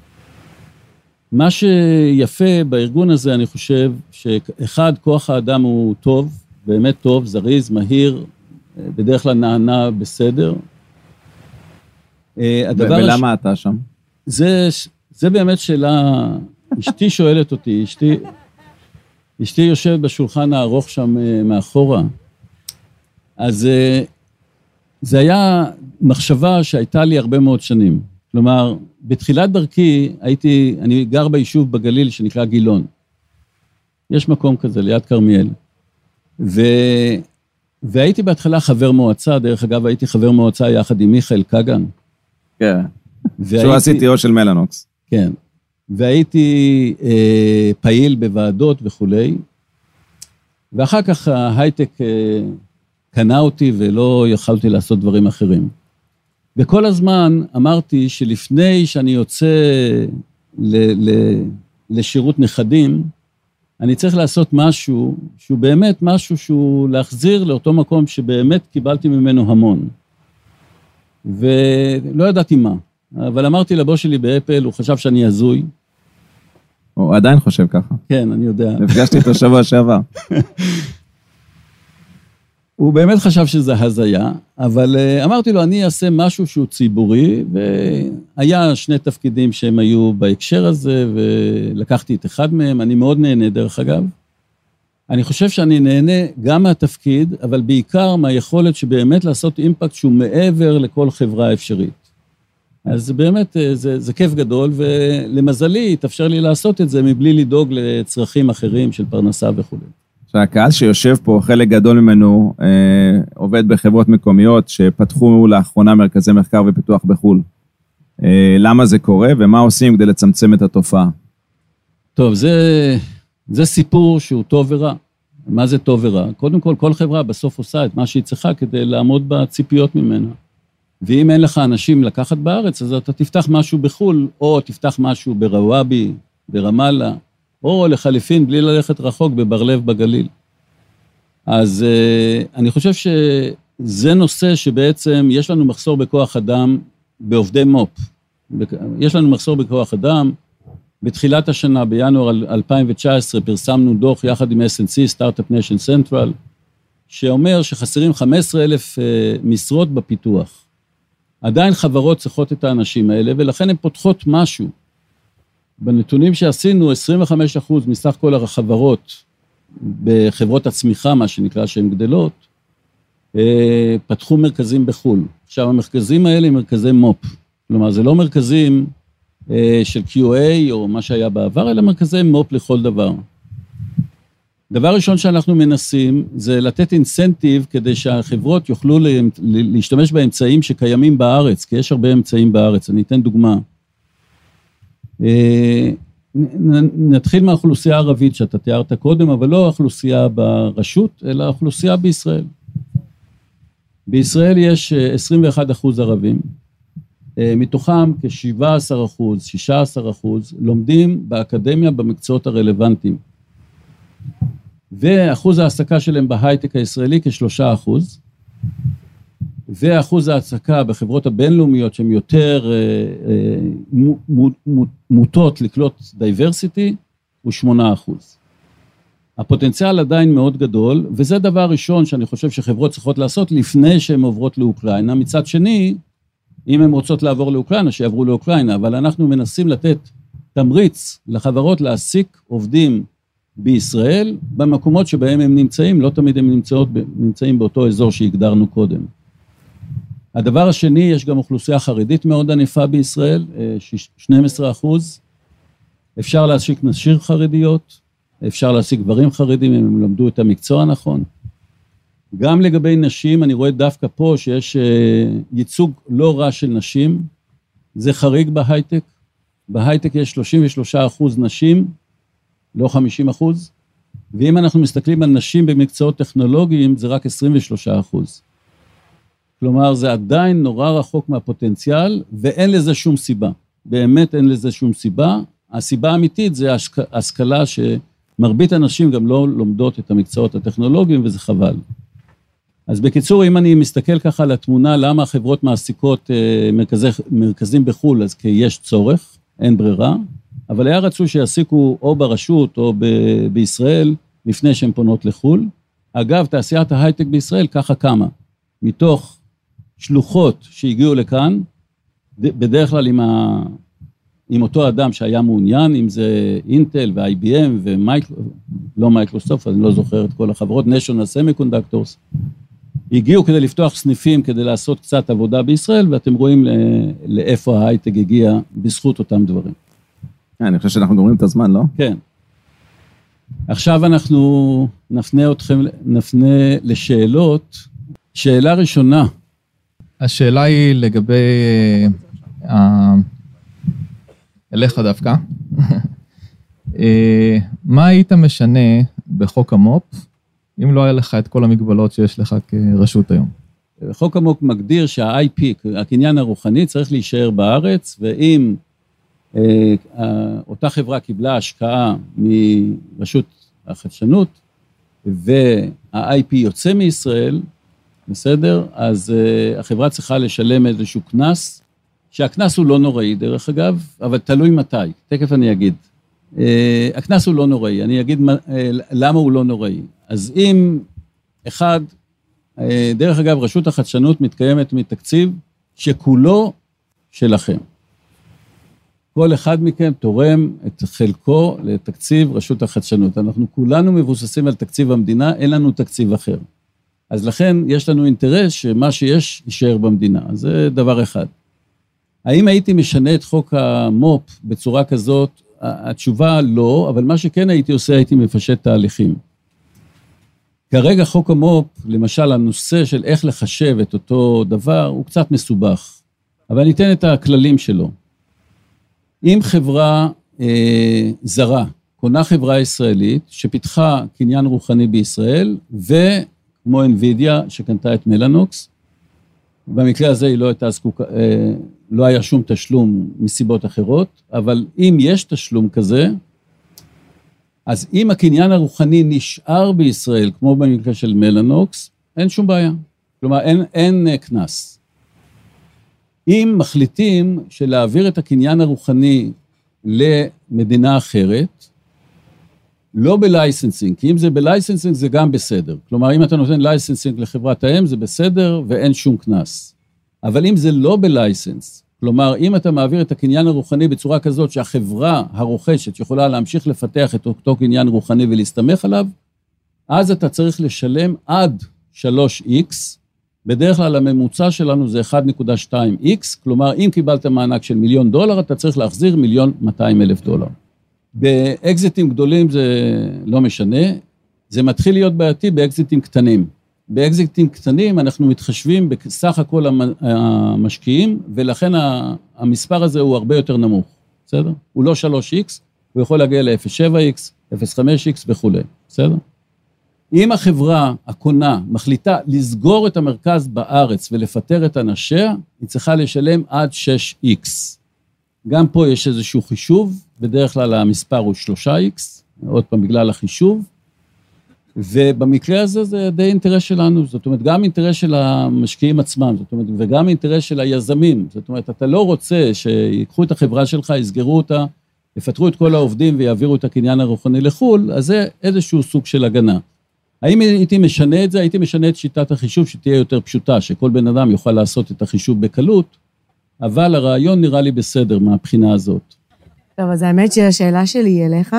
מה שיפה בארגון הזה, אני חושב, שאחד, כוח האדם הוא טוב, באמת טוב, זריז, מהיר, בדרך כלל נענה בסדר. ולמה אתה שם? זה באמת שאלה, אשתי שואלת אותי, אשתי יושבת בשולחן הארוך שם מאחורה, אז זה היה מחשבה שהייתה לי הרבה מאוד שנים. כלומר, בתחילת דרכי אני גר ביישוב בגליל שנקרא גילון. יש מקום כזה ליד כרמיאל. והייתי בהתחלה חבר מועצה, דרך אגב הייתי חבר מועצה יחד עם מיכאל קגן. כן, שהוא עשיתי של מלנוקס. כן, והייתי פעיל בוועדות וכו'. ואחר כך ההייטק קנה אותי ולא יכולתי לעשות דברים אחרים. וכל הזמן אמרתי שלפני שאני יוצא לשירות נכדים, אני צריך לעשות משהו שהוא באמת משהו שהוא להחזיר לאותו מקום שבאמת קיבלתי ממנו המון. ולא ידעתי מה. אבל אמרתי לבוס שלי באפל, הוא חשב שאני הזוי. הוא עדיין חושב ככה. כן, אני יודע. נפגשתי איתו שבוע שעבר. הוא באמת חשב שזה הזיה, אבל אמרתי לו, אני אעשה משהו שהוא ציבורי, והיה שני תפקידים שהם היו בהקשר הזה, ולקחתי את אחד מהם, אני מאוד נהנה דרך אגב. אני חושב שאני נהנה גם מהתפקיד, אבל בעיקר מהיכולת שבאמת לעשות אימפקט שהוא מעבר לכל חברה אפשרית. אז באמת זה כיף גדול, ולמזלי התאפשר לי לעשות את זה מבלי לדאוג לצרכים אחרים של פרנסה וכו'. שהקהל שיושב פה, חלק גדול ממנו, עובד בחברות מקומיות שפתחו לאחרונה מרכזי מחקר ופיתוח בחו"ל. למה זה קורה ומה עושים כדי לצמצם את התופעה? טוב, זה סיפור שהוא טוב ורע. מה זה טוב ורע? קודם כל, כל חברה בסוף עושה את מה שהיא צריכה כדי לעמוד בציפיות ממנה. ואם אין לך אנשים לקחת בארץ, אז אתה תפתח משהו בחו"ל, או תפתח משהו ברוואבי, ברמאללה, או לחליפין, בלי ללכת רחוק, בברלב בגליל. אז אני חושב שזה נושא שבעצם יש לנו מחסור בכוח אדם בעובדי מופ. יש לנו מחסור בכוח אדם. בתחילת השנה, בינואר 2019, פרסמנו דוח יחד עם S&C, Startup Nation Central, שאומר שחסרים 15,000 משרות בפיתוח. עדיין חברות צריכות את האנשים האלה, ולכן הן פותחות משהו. בנתונים שעשינו, 25% מסך כל החברות, בחברות הצמיחה, מה שנקרא, שהן גדלות, פתחו מרכזים בחו"ל. עכשיו, המרכזים האלה הם מרכזי מופ. כלומר, זה לא מרכזים של QA או מה שהיה בעבר, אלא מרכזי מופ לכל דבר. דבר ראשון שאנחנו מנסים, זה לתת אינסנטיב כדי שהחברות יוכלו להשתמש באמצעים שקיימים בארץ, כי יש הרבה אמצעים בארץ. אני אתן דוגמה. נתחיל מהאוכלוסייה הערבית שאתה תיארת קודם, אבל לא האוכלוסייה ברשות, אלא האוכלוסייה בישראל. בישראל יש 21% ערבים, מתוכם כ-17%, 16% לומדים באקדמיה במקצועות הרלוונטיים. ואחוז ההעסקה שלהם בהייטק הישראלי כ3%, ואחוז ההעסקה בחברות הבינלאומיות שהן יותר מוטות לקלוט דייברסיטי הוא 8%. הפוטנציאל עדיין מאוד גדול, וזה דבר ראשון שאני חושב שחברות צריכות לעשות לפני שהן עוברות לאוקראינה. מצד שני, אם הן רוצות לעבור לאוקראינה, שיעברו לאוקראינה, אבל אנחנו מנסים לתת תמריץ לחברות להעסיק עובדים בישראל, במקומות שבהם הם נמצאים, לא תמיד הם נמצאים באותו אזור שהגדרנו קודם. הדבר השני, יש גם אוכלוסייה חרדית מאוד ענפה בישראל, 12%. אפשר להעסיק נשים חרדיות, אפשר להעסיק גברים חרדים, אם הם למדו את המקצוע הנכון. גם לגבי נשים, אני רואה דווקא פה שיש ייצוג לא רע של נשים, זה חריג בהייטק. בהייטק יש 33% נשים, לא 50%, ואם אנחנו מסתכלים על נשים במקצועות טכנולוגיים, זה רק 23%. כלומר, זה עדיין נורא רחוק מהפוטנציאל, ואין לזה שום סיבה. באמת אין לזה שום סיבה. הסיבה האמיתית זה השכלה שמרבית הנשים גם לא לומדות את המקצועות הטכנולוגיים, וזה חבל. אז בקיצור, אם אני מסתכל ככה על התמונה, למה החברות מעסיקות מרכזים בחו"ל, אז כי יש צורך, אין ברירה, אבל היה רצו שיעסיקו או ברשות או בישראל, לפני שהן פונות לחו"ל. אגב, תעשיית ההייטק בישראל ככה קמה, מתוך שלוחות שהגיעו לכאן, בדרך כלל עם אותו אדם שהיה מעוניין, אם זה אינטל ו-IBM לא מייקרוסופט, אני לא זוכר את כל החברות, National Semiconductors, הגיעו כדי לפתוח סניפים, כדי לעשות קצת עבודה בישראל, ואתם רואים לאיפה ההייטק הגיע בזכות אותם דברים. אני חושב שאנחנו גומרים את הזמן, לא? כן. עכשיו אנחנו נפנה לשאלות. שאלה ראשונה. השאלה היא לגבי אליך דווקא. מה היית משנה בחוק המופ, אם לא היה לך את כל המגבלות שיש לך כרשות היום? חוק המופ מגדיר שה-IP, הקניין הרוחני, צריך להישאר בארץ, ואם אותה חברה קיבלה השקעה מרשות החדשנות, וה-IP יוצא מישראל, בסדר? אז החברה צריכה לשלם איזשהו כנס, שהכנס הוא לא נוראי, דרך אגב, אבל תלוי מתי, תכף אני אגיד. הכנס הוא לא נוראי, אני אגיד למה הוא לא נוראי. אז אם דרך אגב, רשות החדשנות מתקיימת מתקציב שכולו שלכם. כל אחד מכם תורם את חלקו לתקציב רשות החדשנות. אנחנו כולנו מבוססים על תקציב המדינה, אין לנו תקציב אחר. אז לכן יש לנו אינטרס שמה שיש יישאר במדינה. אז זה דבר אחד. האם הייתי משנה את חוק המופ בצורה כזאת? התשובה לא, אבל מה שכן הייתי עושה, הייתי מפשט תהליכים. כרגע חוק המופ, למשל הנושא של איך לחשב את אותו דבר, הוא קצת מסובך. אבל אני אתן את הכללים שלו. אם חברה זרה, קונה חברה ישראלית, שפיתחה קניין רוחני בישראל, וכמו NVIDIA שקנתה את מלאנוקס, במקרה הזה היא לא היה שום תשלום מסיבות אחרות, אבל אם יש תשלום כזה, אז אם הקניין הרוחני נשאר בישראל, כמו במקרה של מלאנוקס, אין שום בעיה. כלומר, אין כנס. אם מחליטים שלהעביר את הקניין הרוחני למדינה אחרת, לא בלייסנסינג, כי אם זה בלייסנסינג זה גם בסדר. כלומר, אם אתה נותן לייסנסינג לחברת האם, זה בסדר ואין שום כנס. אבל אם זה לא בלייסנס, כלומר, אם אתה מעביר את הקניין הרוחני בצורה כזאת שהחברה הרוכשת יכולה להמשיך לפתח את אותו קניין רוחני ולהסתמך עליו, אז אתה צריך לשלם עד 3x, בדרך כלל הממוצע שלנו זה 1.2x, כלומר, אם קיבלת מענק של $1,000,000, אתה צריך להחזיר $1,200,000. באקזיטים גדולים זה לא משנה, זה מתחיל להיות בעייתי באקזיטים קטנים. באקזיטים קטנים אנחנו מתחשבים בסך הכל המשקיעים, ולכן המספר הזה הוא הרבה יותר נמוך, בסדר? הוא לא 3x, הוא יכול להגיע ל-0.7x, 0.5x וכו', בסדר? אם החברה הקונה מחליטה לסגור את המרכז בארץ ולפטר את אנשיה, היא צריכה לשלם עד 6x. גם פה יש איזשהו חישוב, בדרך כלל המספר הוא 3x, עוד פעם בגלל החישוב, ובמקרה הזה זה די אינטרס שלנו, זאת אומרת, גם אינטרס של המשקיעים עצמם, זאת אומרת, וגם אינטרס של היזמים, זאת אומרת, אתה לא רוצה שיקחו את החברה שלך, יסגרו אותה, יפטרו את כל העובדים ויעבירו את הקניין הרוחני לחול, אז זה איזשהו סוג של הגנה. האם הייתי משנה את זה? הייתי משנה את שיטת החישוב שתהיה יותר פשוטה, שכל בן אדם יוכל לעשות את החישוב בקלות, אבל הרעיון נראה לי בסדר מהבחינה הזאת. טוב, אז האמת שהשאלה שלי אליך,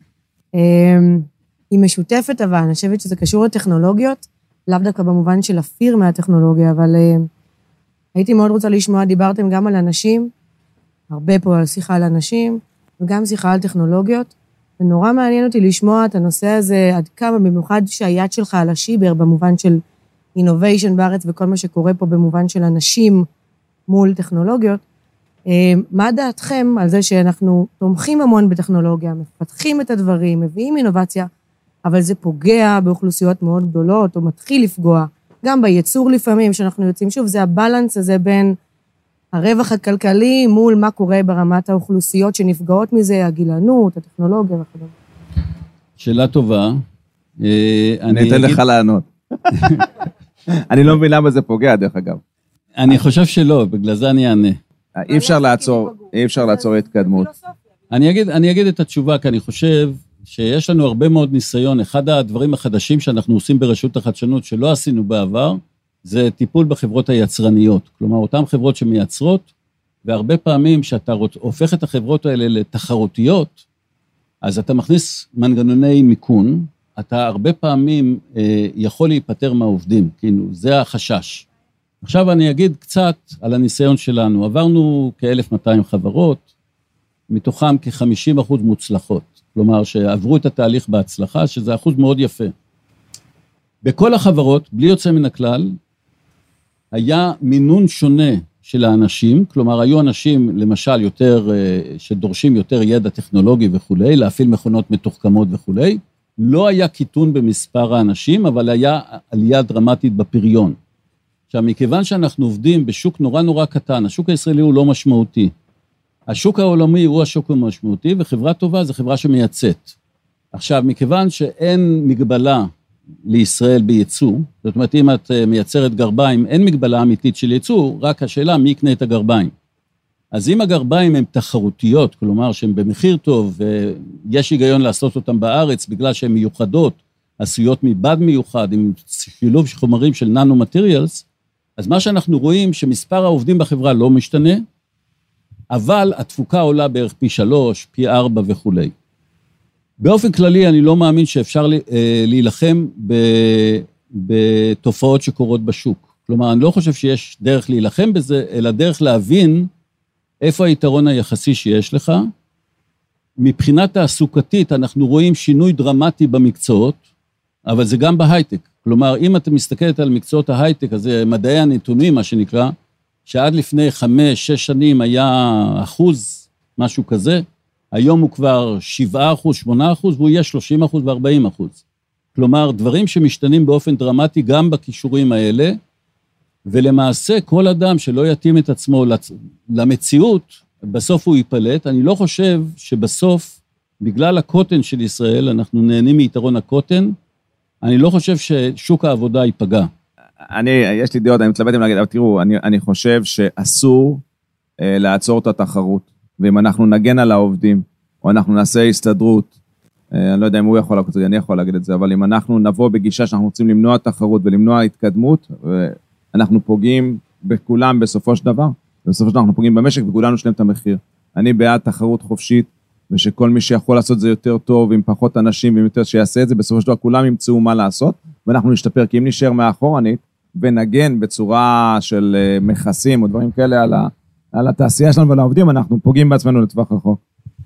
היא משותפת, אבל אני חושבת שזה קשור לטכנולוגיות, לאו דווקא במובן של אפיר מהטכנולוגיה, אבל הייתי מאוד רוצה לשמוע, דיברתם גם על אנשים, הרבה פה על שיחה על אנשים, וגם שיחה על טכנולוגיות, ונורא מעניין אותי לשמוע את הנושא הזה, עד כמה, במיוחד שהיד שלך על השיבר, במובן של innovation בארץ, וכל מה שקורה פה במובן של אנשים מול טכנולוגיות, מה דעתכם על זה שאנחנו תומכים המון בטכנולוגיה, מפתחים את הדברים, מביאים אינובציה, אבל זה פוגע באוכלוסיות מאוד גדולות, או מתחיל לפגוע, גם בייצור לפעמים שאנחנו יוצאים, שוב, זה הבלנס הזה בין הרווח הכלכלי מול מה קורה ברמת האוכלוסיות שנפגעות מזה, הגילנות, הטכנולוגיה וכו'. שאלה טובה. אני אתן לך לענות. אני לא מבין למה זה פוגע, דרך אגב. אני חושב שלא, בגלל זה אני אענה. אי אפשר לעצור התקדמות. אני אגיד את התשובה, כי אני חושב שיש לנו הרבה מאוד ניסיון. אחד הדברים החדשים שאנחנו עושים ברשות החדשנות, שלא עשינו בעבר, זה טיפול בחברות היצרניות. כלומר, אותן חברות שמייצרות, והרבה פעמים שאתה הופך את החברות האלה לתחרותיות, אז אתה מכניס מנגנוני מיקון, אתה הרבה פעמים יכול להיפטר מהעובדים, כאילו, זה החשש. עכשיו אני אגיד קצת על הניסיון שלנו. עברנו כ-1,200 חברות, מתוכם כ-50% מוצלחות. כלומר, שעברו את התהליך בהצלחה, שזה אחוז מאוד יפה. בכל החברות, בלי יוצא מן הכלל, היה מינון שונה של האנשים, כלומר, היו אנשים, למשל, שדורשים יותר ידע טכנולוגי וכו', להפעיל מכונות מתוחכמות וכו', לא היה קיטון במספר האנשים, אבל היה עלייה דרמטית בפריון. עכשיו, מכיוון שאנחנו עובדים בשוק נורא נורא קטן, השוק הישראלי הוא לא משמעותי. השוק העולמי הוא השוק המשמעותי, וחברה טובה זה חברה שמייצאת. עכשיו, מכיוון שאין מגבלה לישראל בייצוא, זאת אומרת, אם את מייצרת גרביים, אין מגבלה אמיתית של ייצוא, רק השאלה מי יקנה את הגרביים. אז אם הגרביים הן תחרותיות, כלומר שהן במחיר טוב, ויש היגיון לעשות אותן בארץ, בגלל שהן מיוחדות, עשויות מבד מיוחד, עם שילוב חומרים של ננו-מטריאלס, אז מה שאנחנו רואים, שמספר העובדים בחברה לא משתנה, אבל התפוקה עולה בערך פי 3, פי 4 וכו'. באופן כללי, אני לא מאמין שאפשר להילחם בתופעות שקורות בשוק. כלומר, אני לא חושב שיש דרך להילחם בזה, אלא דרך להבין איפה היתרון היחסי שיש לך. מבחינה תעסוקתית, אנחנו רואים שינוי דרמטי במקצועות, אבל זה גם בהייטק. כלומר, אם אתם מסתכלת על מקצועות ההייטק, אז זה מדעי הנתונים, מה שנקרא, שעד לפני 5-6 שנים היה אחוז, משהו כזה, היום הוא כבר 7%, 8%, והוא יהיה 30% ו-40%. כלומר, דברים שמשתנים באופן דרמטי גם בכישורים האלה, ולמעשה כל אדם שלא יתאים את עצמו למציאות, בסוף הוא ייפלט. אני לא חושב שבסוף, בגלל הקוטן של ישראל, אנחנו נהנים מיתרון הקוטן, אני לא חושב ששוק העבודה ייפגע. יש לי דעות, אני מתלבט עם להגיד, אבל תראו, אני חושב שאסור לעצור את התחרות, ואם אנחנו נגן על העובדים, או אנחנו נעשה הסתדרות, אני לא יודע אם הוא יכול להגיד את זה, אני יכול להגיד את זה, אבל אם אנחנו נבוא בגישה שאנחנו רוצים למנוע תחרות ולמנוע התקדמות, אנחנו פוגעים בכולם בסופו של דבר, ובסופו של דבר אנחנו פוגעים במשק וכולנו שלם את המחיר. אני בעד תחרות חופשית, ושכל מי שיכול לעשות זה יותר טוב, עם פחות אנשים ועם יותר שיעשה את זה, בסופו של דבר כולם ימצאו מה לעשות, ואנחנו נשתפר, כי אם נשאר מאחורנית, ונגן בצורה של מכסים או דברים כאלה על התעשייה שלנו ועל העובדים, אנחנו פוגעים בעצמנו לטווח רחוק.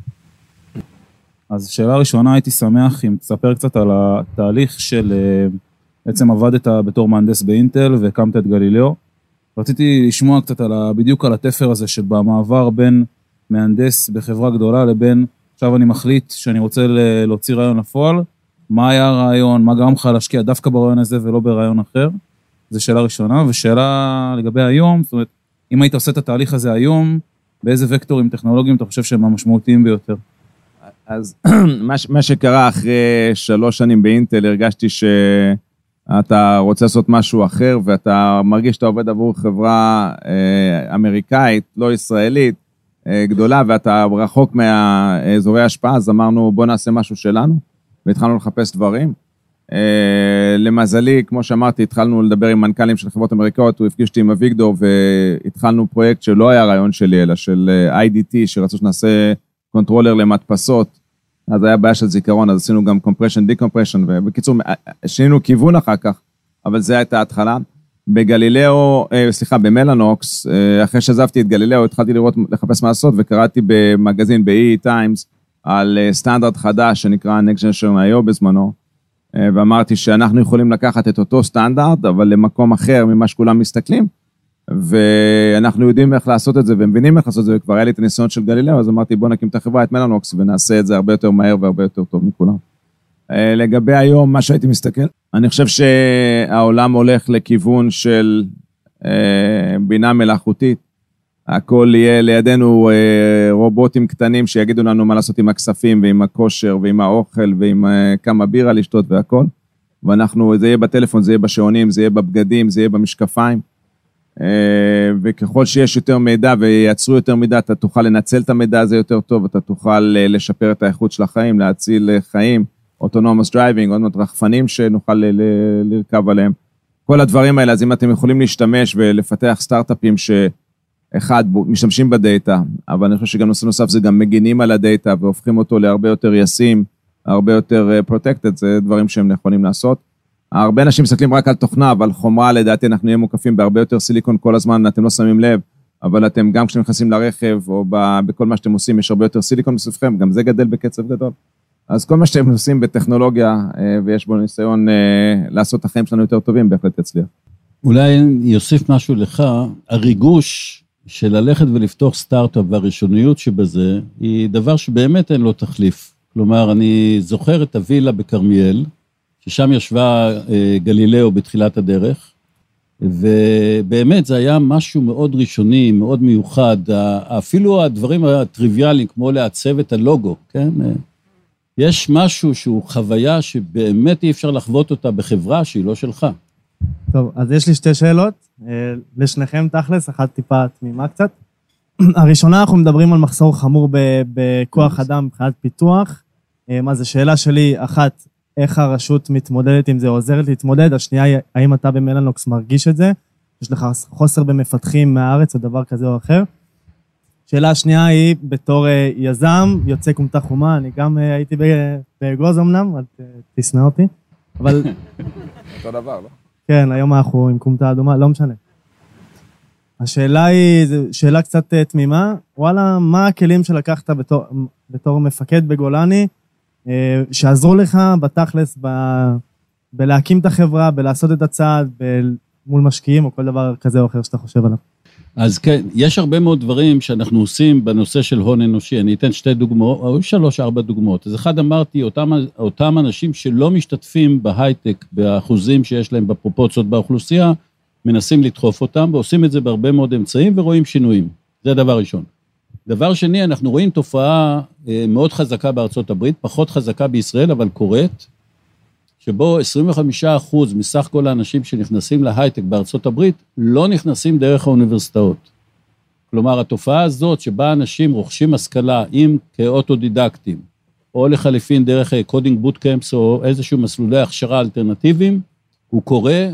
אז שאלה ראשונה, הייתי שמח אם תספר קצת על התהליך של, בעצם עבדת בתור מהנדס באינטל והקמת את גלילאו. רציתי לשמוע קצת בדיוק על התפר הזה שבמעבר בין מהנדס בחברה גדולה לבין, עכשיו אני מחליט שאני רוצה להוציא רעיון לפועל, מה היה הרעיון, מה גרם לך להשקיע דווקא ברעיון הזה ולא ברעיון אחר. זו שאלה ראשונה, ושאלה לגבי היום, זאת אומרת, אם היית עושה את התהליך הזה היום, באיזה וקטורים טכנולוגיים אתה חושב שהם המשמעותיים ביותר? אז מה שקרה אחרי 3 שנים באינטל, הרגשתי שאתה רוצה לעשות משהו אחר, ואתה מרגיש שאתה עובד עבור חברה אמריקאית, לא ישראלית, גדולה, ואתה רחוק מהאזורי ההשפעה, אז אמרנו בוא נעשה משהו שלנו, והתחלנו לחפש דברים. למזלי, כמו שאמרתי, התחלנו לדבר עם מנכ"לים של חברות אמריקאות, הוא הפגיש אותי עם אביגדור, והתחלנו פרויקט שלא היה רעיון שלי, אלא של IDT, שרצו שנעשה קונטרולר למדפסות, אז היה בעיה של זיכרון, אז עשינו גם compression, decompression, ובקיצור, שינינו כיוון אחר כך, אבל זה הייתה ההתחלה. בגלילאו, במלאנוקס, אחרי שעזבתי את גלילאו, התחלתי לחפש מה לעשות, וקראתי במגזין, ב-EE Times, על סטנדרט חדש, שנקרא Next Generation IO בזמנו, ואמרתי שאנחנו יכולים לקחת את אותו סטנדרט, אבל למקום אחר ממה שכולם מסתכלים, ואנחנו יודעים איך לעשות את זה, ומבינים איך לעשות את זה, וכבר היה לי את הניסיון של גלילאו, אז אמרתי בוא נקים את החברה, את מלאנוקס, ונעשה את זה הרבה יותר מהר והרבה יותר טוב מכולם. לגבי היום, מה שהייתי מסתכל, אני חושב שהעולם הולך לכיוון של בינה מלאכותית, הכל יהיה לידינו רובוטים קטנים שיגידו לנו מה לעשות עם הכספים ועם הכושר ועם האוכל ועם כמה בירה לשתות והכל, ואנחנו, זה יהיה בטלפון, זה יהיה בשעונים, זה יהיה בבגדים, זה יהיה במשקפיים, וככל שיש יותר מידע וייצרו יותר מידע, אתה תוכל לנצל את המידע הזה יותר טוב, אתה תוכל לשפר את האיכות של החיים, להציל חיים, אוטונומוס דרייבינג, עוד מעט רחפנים שנוכל לרכב עליהם. כל הדברים האלה, אז אם אתם יכולים להשתמש ולפתח סטארט-אפים שאחד, משתמשים בדאטה, אבל אני חושב שגם נושא נוסף זה גם מגינים על הדאטה והופכים אותו להרבה יותר ישים, הרבה יותר protected, זה דברים שהם נכונים לעשות. הרבה אנשים מסתכלים רק על תוכנה, אבל חומרה לדעתי אנחנו נהיה מוקפים בהרבה יותר סיליקון כל הזמן, אתם לא שמים לב, אבל אתם גם כשאתם נכנסים לרכב או בכל מה שאתם עושים, יש הרבה יותר סיליקון מסביבכם, גם זה גדל בקצב גדול. אז כל מה שאתם עושים בטכנולוגיה, ויש בו ניסיון לעשות את החיים שלנו יותר טובים, בהחלט יצליח. אולי יוסיף משהו לך, הריגוש של ללכת ולפתוח סטארט-אפ והראשוניות שבזה, היא דבר שבאמת אין לו תחליף. כלומר, אני זוכר את הווילה בקרמיאל, ששם ישבה גלילאו בתחילת הדרך, ובאמת זה היה משהו מאוד ראשוני, מאוד מיוחד, אפילו הדברים הטריוויאליים, כמו לעצב את הלוגו, כן? יש משהו שהוא חוויה שבאמת אי אפשר לחוות אותה בחברה שהיא לא שלך. טוב, אז יש לי שתי שאלות, לשניכם תכלס, אחת טיפה תמימה קצת. הראשונה, אנחנו מדברים על מחסור חמור בכוח אדם מבחינת פיתוח. מה זה, שאלה שלי, אחת, איך הרשות מתמודדת עם זה, עוזרת להתמודד? השנייה, האם אתה במלאנוקס מרגיש את זה? יש לך חוסר במפתחים מהארץ או דבר כזה או אחר? שאלה השנייה היא, בתור יזם, יוצא קומתה חומה, אני גם הייתי באגוז אמנם, תשנא אותי, אבל... אותו דבר, לא? כן, היום אנחנו עם קומתה אדומה, לא משנה. השאלה היא, זו שאלה קצת תמימה, וואלה, מה הכלים שלקחת בתור מפקד בגולני, שעזרו לך בתכלס, בלהקים את החברה, בלעשות את הצעד, מול משקיעים או כל דבר כזה או אחר שאתה חושב עליו? אז כן, יש הרבה מאוד דברים שאנחנו עושים בנושא של הון אנושי. אני אתן 2 דוגמאות, או 3-4 דוגמאות. אז אחד אמרתי, אותם אנשים שלא משתתפים בהייטק, באחוזים שיש להם בפרופורציות באוכלוסייה, מנסים לדחוף אותם, ועושים את זה בהרבה מאוד אמצעים, ורואים שינויים. זה הדבר ראשון. דבר שני, אנחנו רואים תופעה מאוד חזקה בארצות הברית, פחות חזקה בישראל, אבל קורית, שבו 25% מסך כל האנשים שנכנסים להייטק בארצות הברית, לא נכנסים דרך האוניברסיטאות. כלומר, התופעה הזאת שבה אנשים רוכשים השכלה, אם כאוטודידקטים, או לחליפין דרך קודינג בוטקמפס, או איזשהו מסלולי הכשרה אלטרנטיביים, הוא קורה,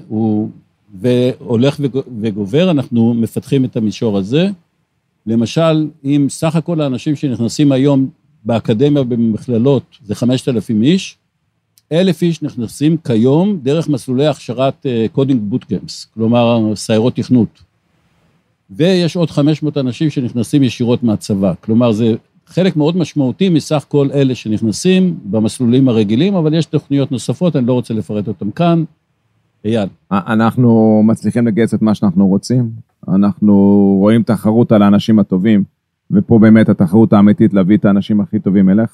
והולך וגובר, אנחנו מפתחים את המישור הזה. למשל, אם סך הכל האנשים שנכנסים היום באקדמיה במכללות, זה 5,000 איש, 1,000 איש נכנסים כיום דרך מסלולי הכשרת קודינג בוטקמפס, כלומר סיירות תכנות. ויש עוד 500 אנשים שנכנסים ישירות מהצבא, כלומר זה חלק מאוד משמעותי מסך כל אלה שנכנסים במסלולים הרגילים, אבל יש תוכניות נוספות, אני לא רוצה לפרט אותם כאן. אייל. אנחנו מצליחים לגייס את מה שאנחנו רוצים, אנחנו רואים תחרות על האנשים הטובים, ופה באמת התחרות האמיתית להביא את האנשים הכי טובים אליך.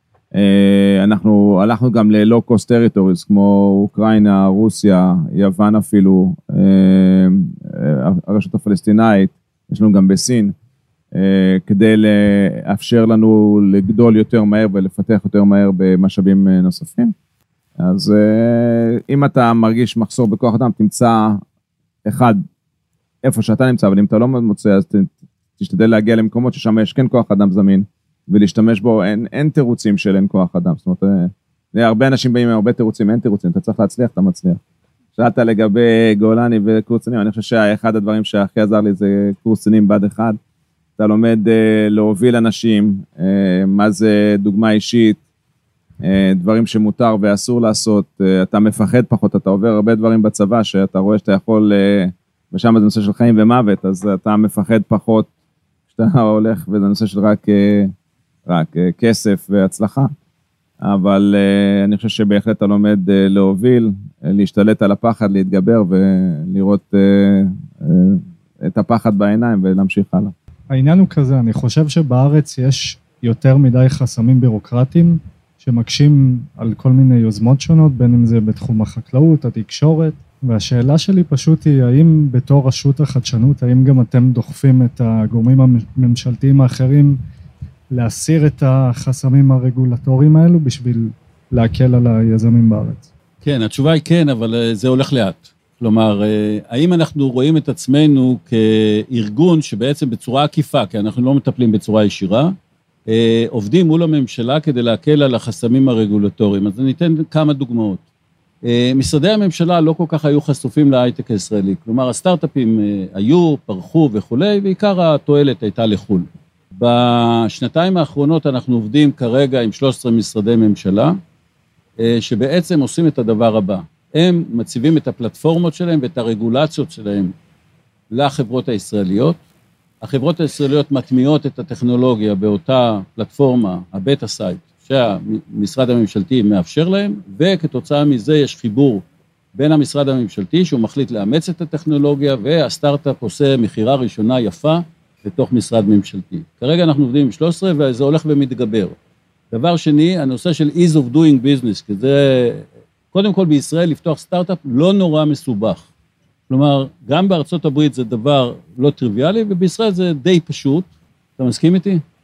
אנחנו הלכנו גם ל-low-cost territories, כמו אוקראינה, רוסיה, יוון אפילו, הרשות הפלסטינאית, יש לנו גם בסין, כדי לאפשר לנו לגדול יותר מהר ולפתח יותר מהר במשאבים נוספים. אז אם אתה מרגיש מחסור בכוח אדם, תמצא אחד, איפה שאתה נמצא, אבל אם אתה לא מוצא, אז תשתדל להגיע למקומות ששם יש כן כוח אדם זמין, ולהשתמש בו, אין תירוצים של אין כוח אדם, זאת אומרת, הרבה אנשים באים עם הרבה תירוצים, אין תירוצים, אתה צריך להצליח, אתה מצליח. שאלת לגבי גולני וקורס קצינים, אני חושב שאחד הדברים שהכי עזר לי זה קורס קצינים בד אחד, אתה לומד להוביל אנשים, מה זה דוגמה אישית, דברים שמותר ואסור לעשות, אתה מפחד פחות, אתה עובר הרבה דברים בצבא, שאתה רואה שאתה יכול, ושם זה נושא של חיים ומוות, אז אתה מפחד פחות, כשאתה הולך, וזה נושא של רק כסף והצלחה, אבל אני חושב שבהחלט אתה לומד להוביל, להשתלט על הפחד, להתגבר ולראות את הפחד בעיניים ולהמשיך הלאה. העניין הוא כזה, אני חושב שבארץ יש יותר מדי חסמים בירוקרטיים, שמקשים על כל מיני יוזמות שונות, בין אם זה בתחום החקלאות, התקשורת, והשאלה שלי פשוט היא, האם בתור רשות החדשנות, האם גם אתם דוחפים את הגורמים הממשלתיים האחרים, להסיר את החסמים הרגולטוריים האלו, בשביל להקל על היזמים בארץ? כן, התשובה היא כן, אבל זה הולך לאט. כלומר, האם אנחנו רואים את עצמנו כארגון שבעצם בצורה עקיפה, כי אנחנו לא מטפלים בצורה ישירה, עובדים מול הממשלה כדי להקל על החסמים הרגולטוריים. אז אני אתן כמה דוגמאות. משרדי הממשלה לא כל כך היו חשופים להייטק הישראלי, כלומר הסטארט-אפים היו, פרחו וכולי, ועיקר התועלת הייתה לחול. בשנתיים האחרונות אנחנו עובדים כרגע עם 13 משרדי ממשלה, שבעצם עושים את הדבר הבא. הם מציבים את הפלטפורמות שלהם ואת הרגולציות שלהם לחברות הישראליות, החברות הישראליות מטמיעות את הטכנולוגיה באותה פלטפורמה, הבטה סייט, שהמשרד הממשלתי מאפשר להם, וכתוצאה מזה יש חיבור בין המשרד הממשלתי, שהוא מחליט לאמץ את הטכנולוגיה, והסטארט-אפ עושה מחירה ראשונה יפה לתוך משרד ממשלתי. כרגע אנחנו עובדים עם 13, וזה הולך ומתגבר. דבר שני, הנושא של ease of doing business, כי זה, קודם כל בישראל לפתוח סטארט-אפ לא נורא מסובך. כלומר, גם בארצות הברית זה דבר לא טריוויאלי, ובישראל זה די פשוט. אתה מסכים איתי?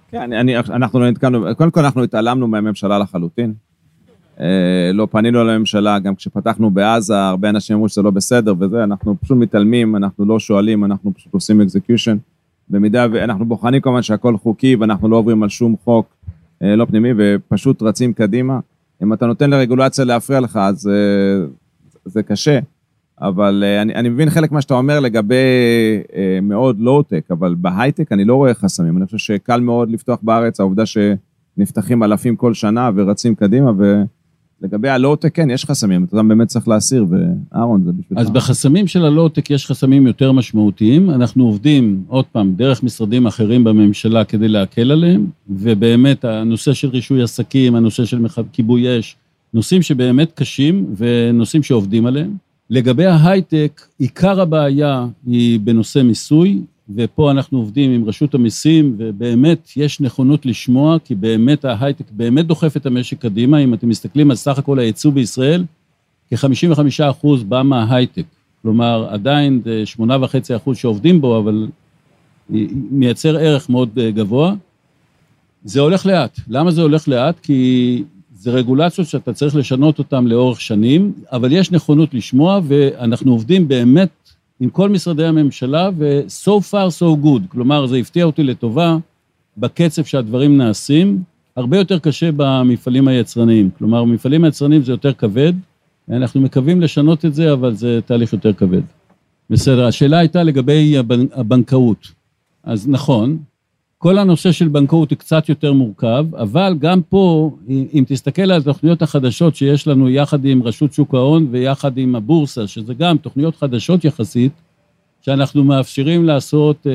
כן, אנחנו לא נתקענו, קודם כל אנחנו התעלמנו מהממשלה לחלוטין. לא פנינו על הממשלה, גם כשפתחנו בעזה, הרבה אנשים אמרו שזה לא בסדר וזה, אנחנו פשוט מתעלמים, אנחנו לא שואלים, אנחנו פשוט עושים execution. במידה ואנחנו בוחנים כמובן שהכל חוקי, ואנחנו לא עוברים על שום חוק לא פנימי, ופשוט רצים קדימה. אם אתה נותן לרגולציה להפריע לך, אז זה קשה. אבל אני מבין חלק מה שאתה אומר לגבי מאוד לואו-טק, אבל בהייטק אני לא רואה חסמים. אני חושב שקל מאוד לפתוח בארץ, העובדה שנפתחים אלפים כל שנה ורצים קדימה, ולגבי הלואו-טק, כן, יש חסמים, אתה באמת צריך להסיר, ואהרון, זה בשביל... אז בחסמים של הלואו-טק יש חסמים יותר משמעותיים, אנחנו עובדים, עוד פעם, דרך משרדים אחרים בממשלה כדי להקל עליהם, ובאמת הנושא של רישוי עסקים, הנושא של כיבוי אש, נושאים שבאמת קשים, ונושאים שעובדים עליהם. לגבי ההייטק, עיקר הבעיה היא בנושא מיסוי, ופה אנחנו עובדים עם רשות המיסים, ובאמת יש נכונות לשמוע, כי באמת ההייטק באמת דוחף את המשק קדימה, אם אתם מסתכלים על סך הכל הייצוא בישראל, כ-55% בא מההייטק, כלומר עדיין 8.5% שעובדים בו, אבל מייצר ערך מאוד גבוה. זה הולך לאט. למה זה הולך לאט? כי זה רגולציות שאתה צריך לשנות אותן לאורך שנים, אבל יש נכונות לשמוע, ואנחנו עובדים באמת עם כל משרדי הממשלה, ו-so far so good, כלומר, זה הפתיע אותי לטובה, בקצב שהדברים נעשים, הרבה יותר קשה במפעלים היצרניים, כלומר, במפעלים היצרניים זה יותר כבד, אנחנו מקווים לשנות את זה, אבל זה תהליך יותר כבד. בסדר, השאלה הייתה לגבי הבנקאות, אז נכון, כל הנושא של בנקאות הוא קצת יותר מורכב, אבל גם פה, אם תסתכל על התוכניות החדשות שיש לנו יחד עם רשות שוק ההון ויחד עם הבורסה, שזה גם תוכניות חדשות יחסית, שאנחנו מאפשרים לעשות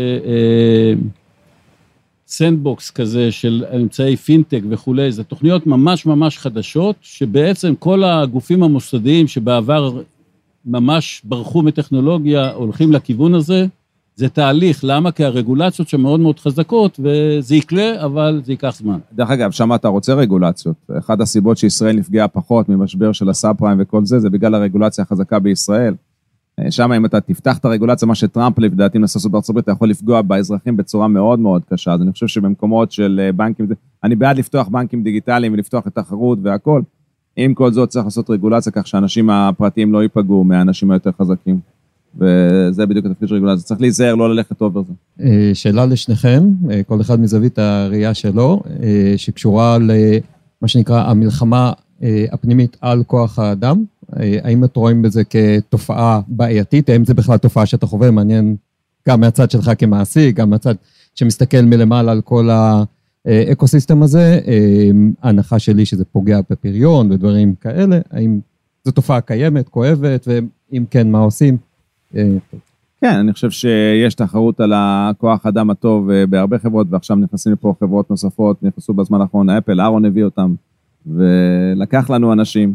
סנדבוקס כזה של אמצעי פינטק וכולי, זה תוכניות ממש ממש חדשות, שבעצם כל הגופים המוסדיים שבעבר ממש ברחו מטכנולוגיה, הולכים לכיוון הזה, זה תהליך, למה? כי הרגולציות שמאוד מאוד חזקות, וזה יקלה, אבל זה ייקח זמן. דרך אגב, שמה אתה רוצה רגולציות. אחד הסיבות שישראל נפגעה פחות ממשבר של הסאב-פריים וכל זה, זה בגלל הרגולציה החזקה בישראל. שמה אם אתה תפתח את הרגולציה, מה שטראמפ לדעתי נסע בארצות הברית, אתה יכול לפגוע באזרחים בצורה מאוד מאוד קשה. אז אני חושב שבמקומות של בנקים, אני בעד לפתוח בנקים דיגיטליים ולפתוח את התחרות והכל. עם כל זאת צריך לעשות רגולציה כך שהאנשים הפרטיים לא ייפגעו מהאנשים היותר חזקים. וזה בדיוק התפקיד של רגולציה. צריך להיזהר, לא ללכת אובר זה. שאלה לשניכם, כל אחד מזווית הראייה שלו, שקשורה למה שנקרא המלחמה הפנימית על כוח האדם. האם אתם רואים בזה כתופעה בעייתית? האם זה בכלל תופעה שאתה חווה? מעניין גם מהצד שלך כמעסיק, גם מהצד שמסתכל מלמעלה על כל האקוסיסטם הזה. ההנחה שלי שזה פוגע בפריון ודברים כאלה. האם זו תופעה קיימת, כואבת, ואם כן, מה עושים? כן, אני חושב שיש תחרות על הכוח אדם הטוב בהרבה חברות, ועכשיו נכנסים לפה חברות נוספות, נכנסו בזמן האחרון, אפל, אהרון הביא אותם, ולקח לנו אנשים,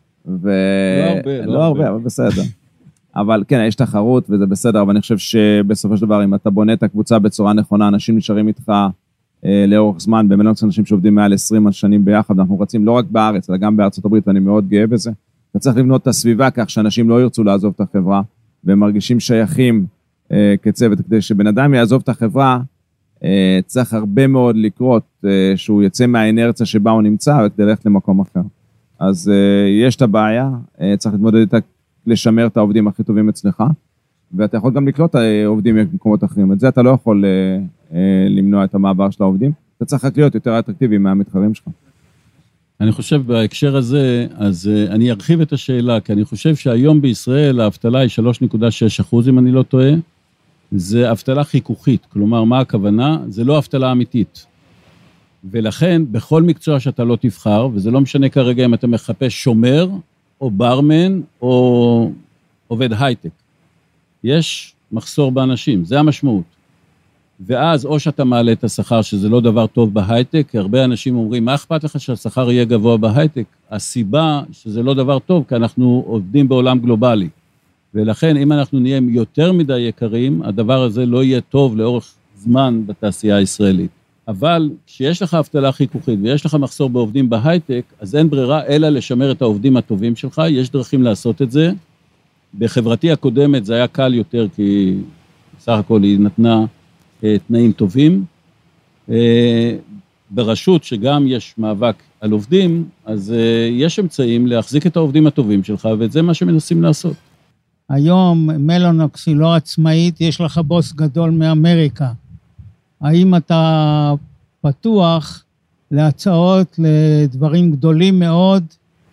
לא הרבה, אבל בסדר. אבל כן, יש תחרות וזה בסדר, אבל אני חושב שבסופו של דבר, אם אתה בונה את הקבוצה בצורה נכונה, אנשים נשארים איתך לאורך זמן, במלון אנשים שעובדים מעל 20 שנים ביחד, אנחנו רצים לא רק בארץ, אלא גם בארצות הברית, ואני מאוד גאה בזה. אתה צריך לבנות את הסביבה כך שאנשים לא ירצו לעזוב את החברה, והם מרגישים שייכים כצוות, כדי שבן אדם יעזוב את החברה, צריך הרבה מאוד לקרות, שהוא יצא מהאנרציה שבה הוא נמצא, וכדי ללכת למקום אחר. אז יש את הבעיה, צריך להתמודד איתה, לשמר את העובדים הכי טובים אצלך, ואתה יכול גם לקלוט עובדים במקומות אחרים. את זה אתה לא יכול למנוע את המעבר של העובדים, אתה צריך רק להיות יותר אטרקטיבי מהמתחרים שלך. אני חושב בהקשר הזה, אז אני ארחיב את השאלה, כי אני חושב שהיום בישראל האבטלה היא 3.6%, אם אני לא טועה, זה אבטלה חיכוכית, כלומר, מה הכוונה? זה לא אבטלה אמיתית. ולכן, בכל מקצוע שאתה לא תבחר, וזה לא משנה כרגע אם אתה מחפש שומר, או ברמן, או עובד הייטק. יש מחסור באנשים, זה המשמעות. ואז או שאתה מעלה את השכר, שזה לא דבר טוב בהייטק, כי הרבה אנשים אומרים, מה אכפת לך שהשכר יהיה גבוה בהייטק? הסיבה שזה לא דבר טוב, כי אנחנו עובדים בעולם גלובלי. ולכן, אם אנחנו נהיה יותר מדי יקרים, הדבר הזה לא יהיה טוב לאורך זמן בתעשייה הישראלית. אבל כשיש לך אבטלה חיכוכית ויש לך מחסור בעובדים בהייטק, אז אין ברירה אלא לשמר את העובדים הטובים שלך, יש דרכים לעשות את זה. בחברתי הקודמת זה היה קל יותר, כי סך הכל היא נתנה תנאים טובים, ברשות שגם יש מאבק על עובדים, אז יש אמצעים להחזיק את העובדים הטובים שלך, וזה מה שמנסים לעשות. היום מלאנוקס היא לא עצמאית, יש לך בוס גדול מאמריקה. האם אתה פתוח להצעות לדברים גדולים מאוד?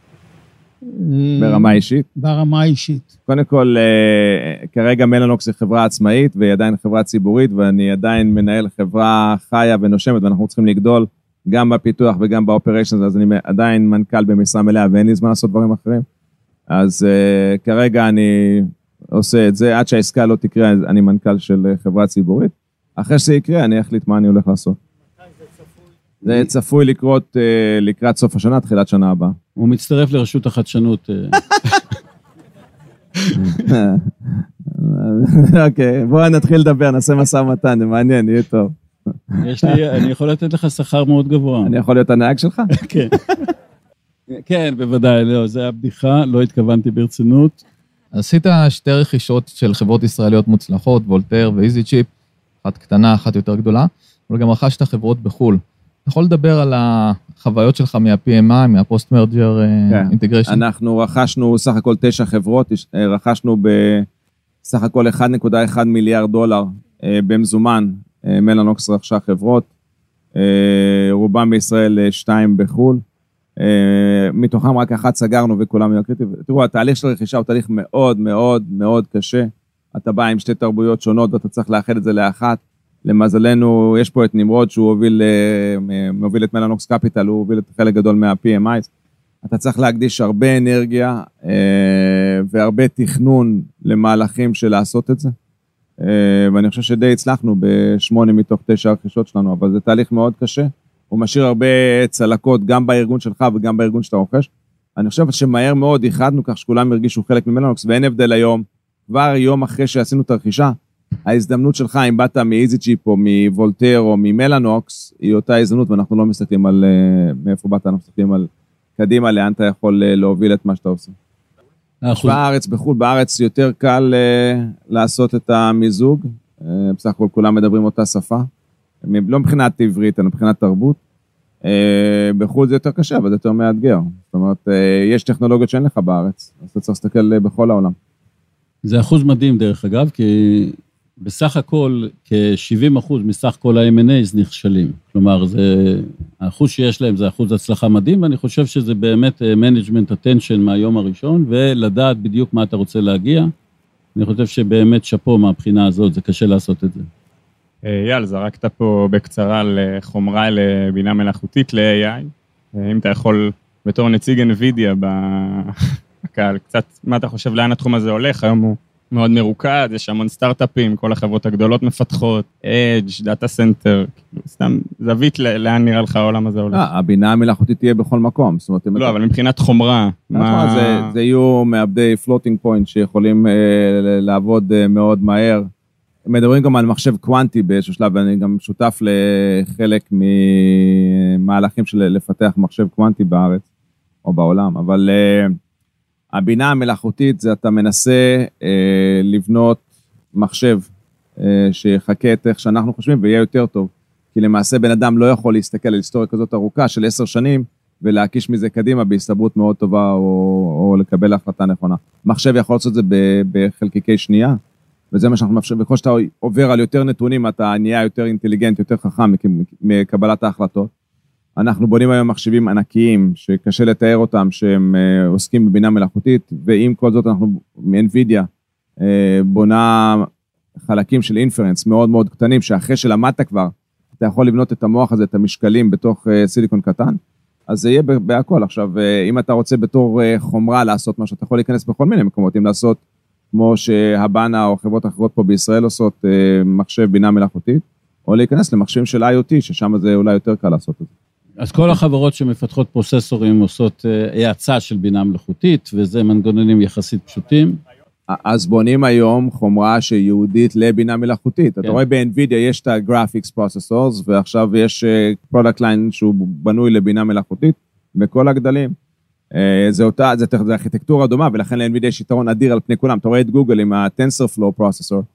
ברמה אישית? ברמה אישית. קודם כל, כרגע מלאנוקס היא חברה עצמאית, והיא עדיין חברה ציבורית, ואני עדיין מנהל חברה חיה ונושמת, ואנחנו צריכים לגדול גם בפיתוח וגם באופריישנס, אז אני עדיין מנכ"ל במשרה מלאה, ואין לי זמן לעשות דברים אחרים. אז כרגע אני עושה את זה, עד שהעסקה לא תקרה, אני מנכ"ל של חברה ציבורית. אחרי שזה יקרה, אני אחליט מה אני הולך לעשות. זה צפוי לקרות לקראת סוף השנה, תחילת שנה הבאה. הוא מצטרף לרשות החדשנות. אוקיי, בואו נתחיל לדבר, נעשה משא ומתן, זה מעניין, יהיה טוב. אני יכול לתת לך שכר מאוד גבוה. אני יכול להיות הנהג שלך? כן. כן, בוודאי, לא, זה הבדיחה, לא התכוונתי ברצינות. עשית שתי רכישות של חברות ישראליות מוצלחות, וולטר ואיזי צ'יפ, אחת קטנה, אחת יותר גדולה, אבל גם רכשת חברות בחול. אתה יכול לדבר על החוויות שלך מה-PMI, מה-Post-Merger Integration? אנחנו רכשנו סך הכל 9 חברות, רכשנו בסך הכל $1.1 מיליארד במזומן, מלאנוקס רכשה חברות, רובם בישראל 2 בחול, מתוכם רק 1 סגרנו וכולם היו קריטיים. תראו, התהליך של רכישה הוא תהליך מאוד מאוד מאוד קשה, אתה בא עם 2 תרבויות שונות ואתה צריך לאחד את זה לאחת, למזלנו יש פה את נמרוד שהוא מוביל את מלאנוקס קפיטל, הוא הוביל את חלק גדול מה-PMI, אתה צריך להקדיש הרבה אנרגיה והרבה תכנון למהלכים של לעשות את זה, ואני חושב שדי הצלחנו ב8 מתוך 9 הרכישות שלנו, אבל זה תהליך מאוד קשה, הוא משאיר הרבה צלקות גם בארגון שלך וגם בארגון שאתה רוכש, אני חושב שמהר מאוד איחדנו כך שכולם הרגישו חלק ממלאנוקס, ואין הבדל היום, כבר יום אחרי שעשינו את הרכישה, ההזדמנות שלך, אם באת מאיזי צ'יפ או מוולטר או ממלאנוקס, היא אותה הזדמנות, ואנחנו לא מסתכלים על מאיפה באת, אנחנו מסתכלים על קדימה, לאן אתה יכול להוביל את מה שאתה עושה. בארץ, בחו"ל, בארץ יותר קל לעשות את המיזוג, בסך הכל כולם מדברים אותה שפה, לא מבחינת עברית, אלא מבחינת תרבות, בחו"ל זה יותר קשה, אבל זה יותר מאתגר, זאת אומרת, יש טכנולוגיות שאין לך בארץ, אז אתה צריך להסתכל בכל העולם. זה אחוז מדהים דרך אגב, כי בסך הכל כ-70% מסך כל ה-M&As נכשלים. כלומר, האחוז שיש להם זה אחוז הצלחה מדהים, ואני חושב שזה באמת management attention מהיום הראשון, ולדעת בדיוק מה אתה רוצה להגיע. אני חושב שבאמת שפו מהבחינה הזאת, זה קשה לעשות את זה. יאל, זרקת פה בקצרה על חומרה לבינה מלאכותית, ל-AI. אם אתה יכול, בתור נציג NVIDIA בקהל, קצת מה אתה חושב, לאן התחום הזה הולך? היום הוא מאוד מרוכז, יש המון סטארט-אפים, כל החברות הגדולות מפתחות, Edge, Data Center, סתם זווית לאן נראה לך העולם הזה הולך. הבינה המלאכותית תהיה בכל מקום. לא, אבל מבחינת חומרה. זה יהיו מעבדי floating point שיכולים לעבוד מאוד מהר. מדברים גם על מחשב קוונטי באיזשהו שלב, ואני גם שותף לחלק ממהלכים של לפתח מחשב קוונטי בארץ או בעולם, אבל הבינה המלאכותית זה אתה מנסה לבנות מחשב שיחכה את איך שאנחנו חושבים ויהיה יותר טוב, כי למעשה בן אדם לא יכול להסתכל על היסטוריה כזאת ארוכה של 10 שנים ולהקיש מזה קדימה בהסתברות מאוד טובה או לקבל החלטה נכונה. מחשב יכול לעשות את זה בחלקיקי שנייה, וזה מה שאנחנו מאפשרים, וכל שאתה עובר על יותר נתונים, אתה נהיה יותר אינטליגנט, יותר חכם מקבלת ההחלטות. אנחנו בונים היום מחשבים ענקיים, שקשה לתאר אותם, שהם עוסקים בבינה מלאכותית, ועם כל זאת אנחנו, NVIDIA, בונה חלקים של אינפרנס מאוד מאוד קטנים, שאחרי שלמדת כבר, אתה יכול לבנות את המוח הזה, את המשקלים בתוך סיליקון קטן, אז זה יהיה בהכל. עכשיו, אם אתה רוצה בתור חומרה לעשות משהו, אתה יכול להיכנס בכל מיני מקומות, אם לעשות כמו שהבנה או חברות אחרות פה בישראל עושות מחשב בינה מלאכותית, או להיכנס למחשבים של IoT, ששם זה אולי יותר קל לעשות את זה. אז כל החברות שמפתחות פרוססורים עושות האצה של בינה מלאכותית, וזה מנגנונים יחסית פשוטים. אז בונים היום חומרה שיהודית לבינה מלאכותית. אתה רואה ב-NVIDIA יש את ה-Graphics Processors, ועכשיו יש Product Line שהוא בנוי לבינה מלאכותית, בכל הגדלים. זה ארכיטקטורה דומה, ולכן ל-NVIDIA יש יתרון אדיר על פני כולם. אתה רואה את גוגל עם ה-TensorFlow Processor,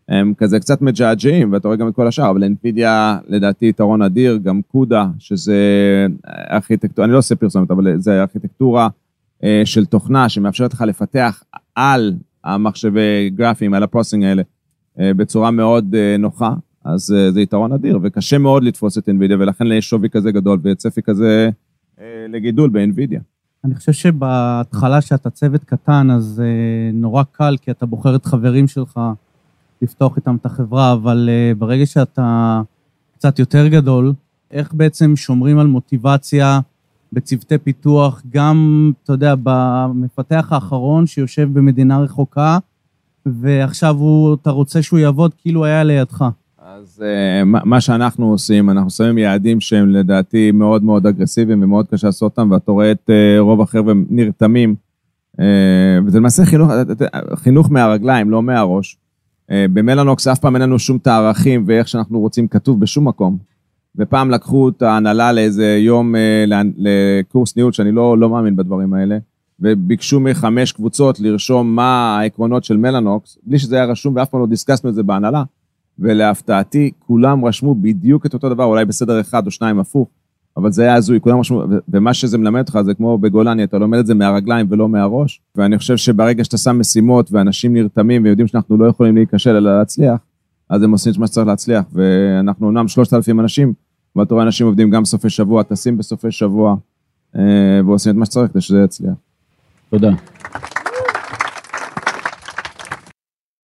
הם כזה קצת מג'עג'עים, ואתה רואה גם את כל השאר, אבל NVIDIA לדעתי יתרון אדיר, גם קודה, שזה ארכיטקטורה, אני לא עושה פרסומת, אבל זה ארכיטקטורה של תוכנה, שמאפשרת לך לפתח על המחשבי גרפיים, על הפרוסינג האלה, בצורה מאוד נוחה, אז זה יתרון אדיר, וקשה מאוד לתפוס את NVIDIA, ולכן יש שווי כזה גדול, וצפי כזה לגידול ב-NVIDIA. אני חושב שבהתחלה שאתה צוות קטן, אז נורא קל, כי אתה בוחר את חברים שלך, לפתוח איתם את החברה, אבל ברגע שאתה קצת יותר גדול, איך בעצם שומרים על מוטיבציה בצוותי פיתוח, גם, אתה יודע, במפתח האחרון שיושב במדינה רחוקה, ועכשיו אתה רוצה שהוא יעבוד כאילו היה לידך. אז מה שאנחנו עושים, אנחנו שמים יעדים שהם לדעתי מאוד מאוד אגרסיביים, ומאוד קשה לעשות אותם, ואתה רואה את רוב החבר'ה נרתמים, וזה למעשה חינוך מהרגליים, לא מהראש. במלאנוקס אף פעם אין לנו שום תארכים ואיך שאנחנו רוצים כתוב בשום מקום. ופעם לקחו את ההנהלה לאיזה יום לקורס ניהול, שאני לא מאמין בדברים האלה, וביקשו מ5 קבוצות לרשום מה העקרונות של מלאנוקס, בלי שזה היה רשום ואף פעם לא דיסקסנו את זה בהנהלה, ולהפתעתי כולם רשמו בדיוק את אותו דבר, אולי בסדר 1 או 2 הפוך, אבל זה היה הזוי, כולם רשמו, ומה שזה מלמד אותך זה כמו בגולני, אתה לומד את זה מהרגליים ולא מהראש, ואני חושב שברגע שאתה שם משימות ואנשים נרתמים ויודעים שאנחנו לא יכולים להיכשל אלא להצליח, אז הם עושים את מה שצריך להצליח, ואנחנו אומנם 3,000 אנשים, אבל אתה רואה אנשים עובדים גם בסופי שבוע, טסים בסופי שבוע, ועושים את מה שצריך כדי שזה יצליח. תודה.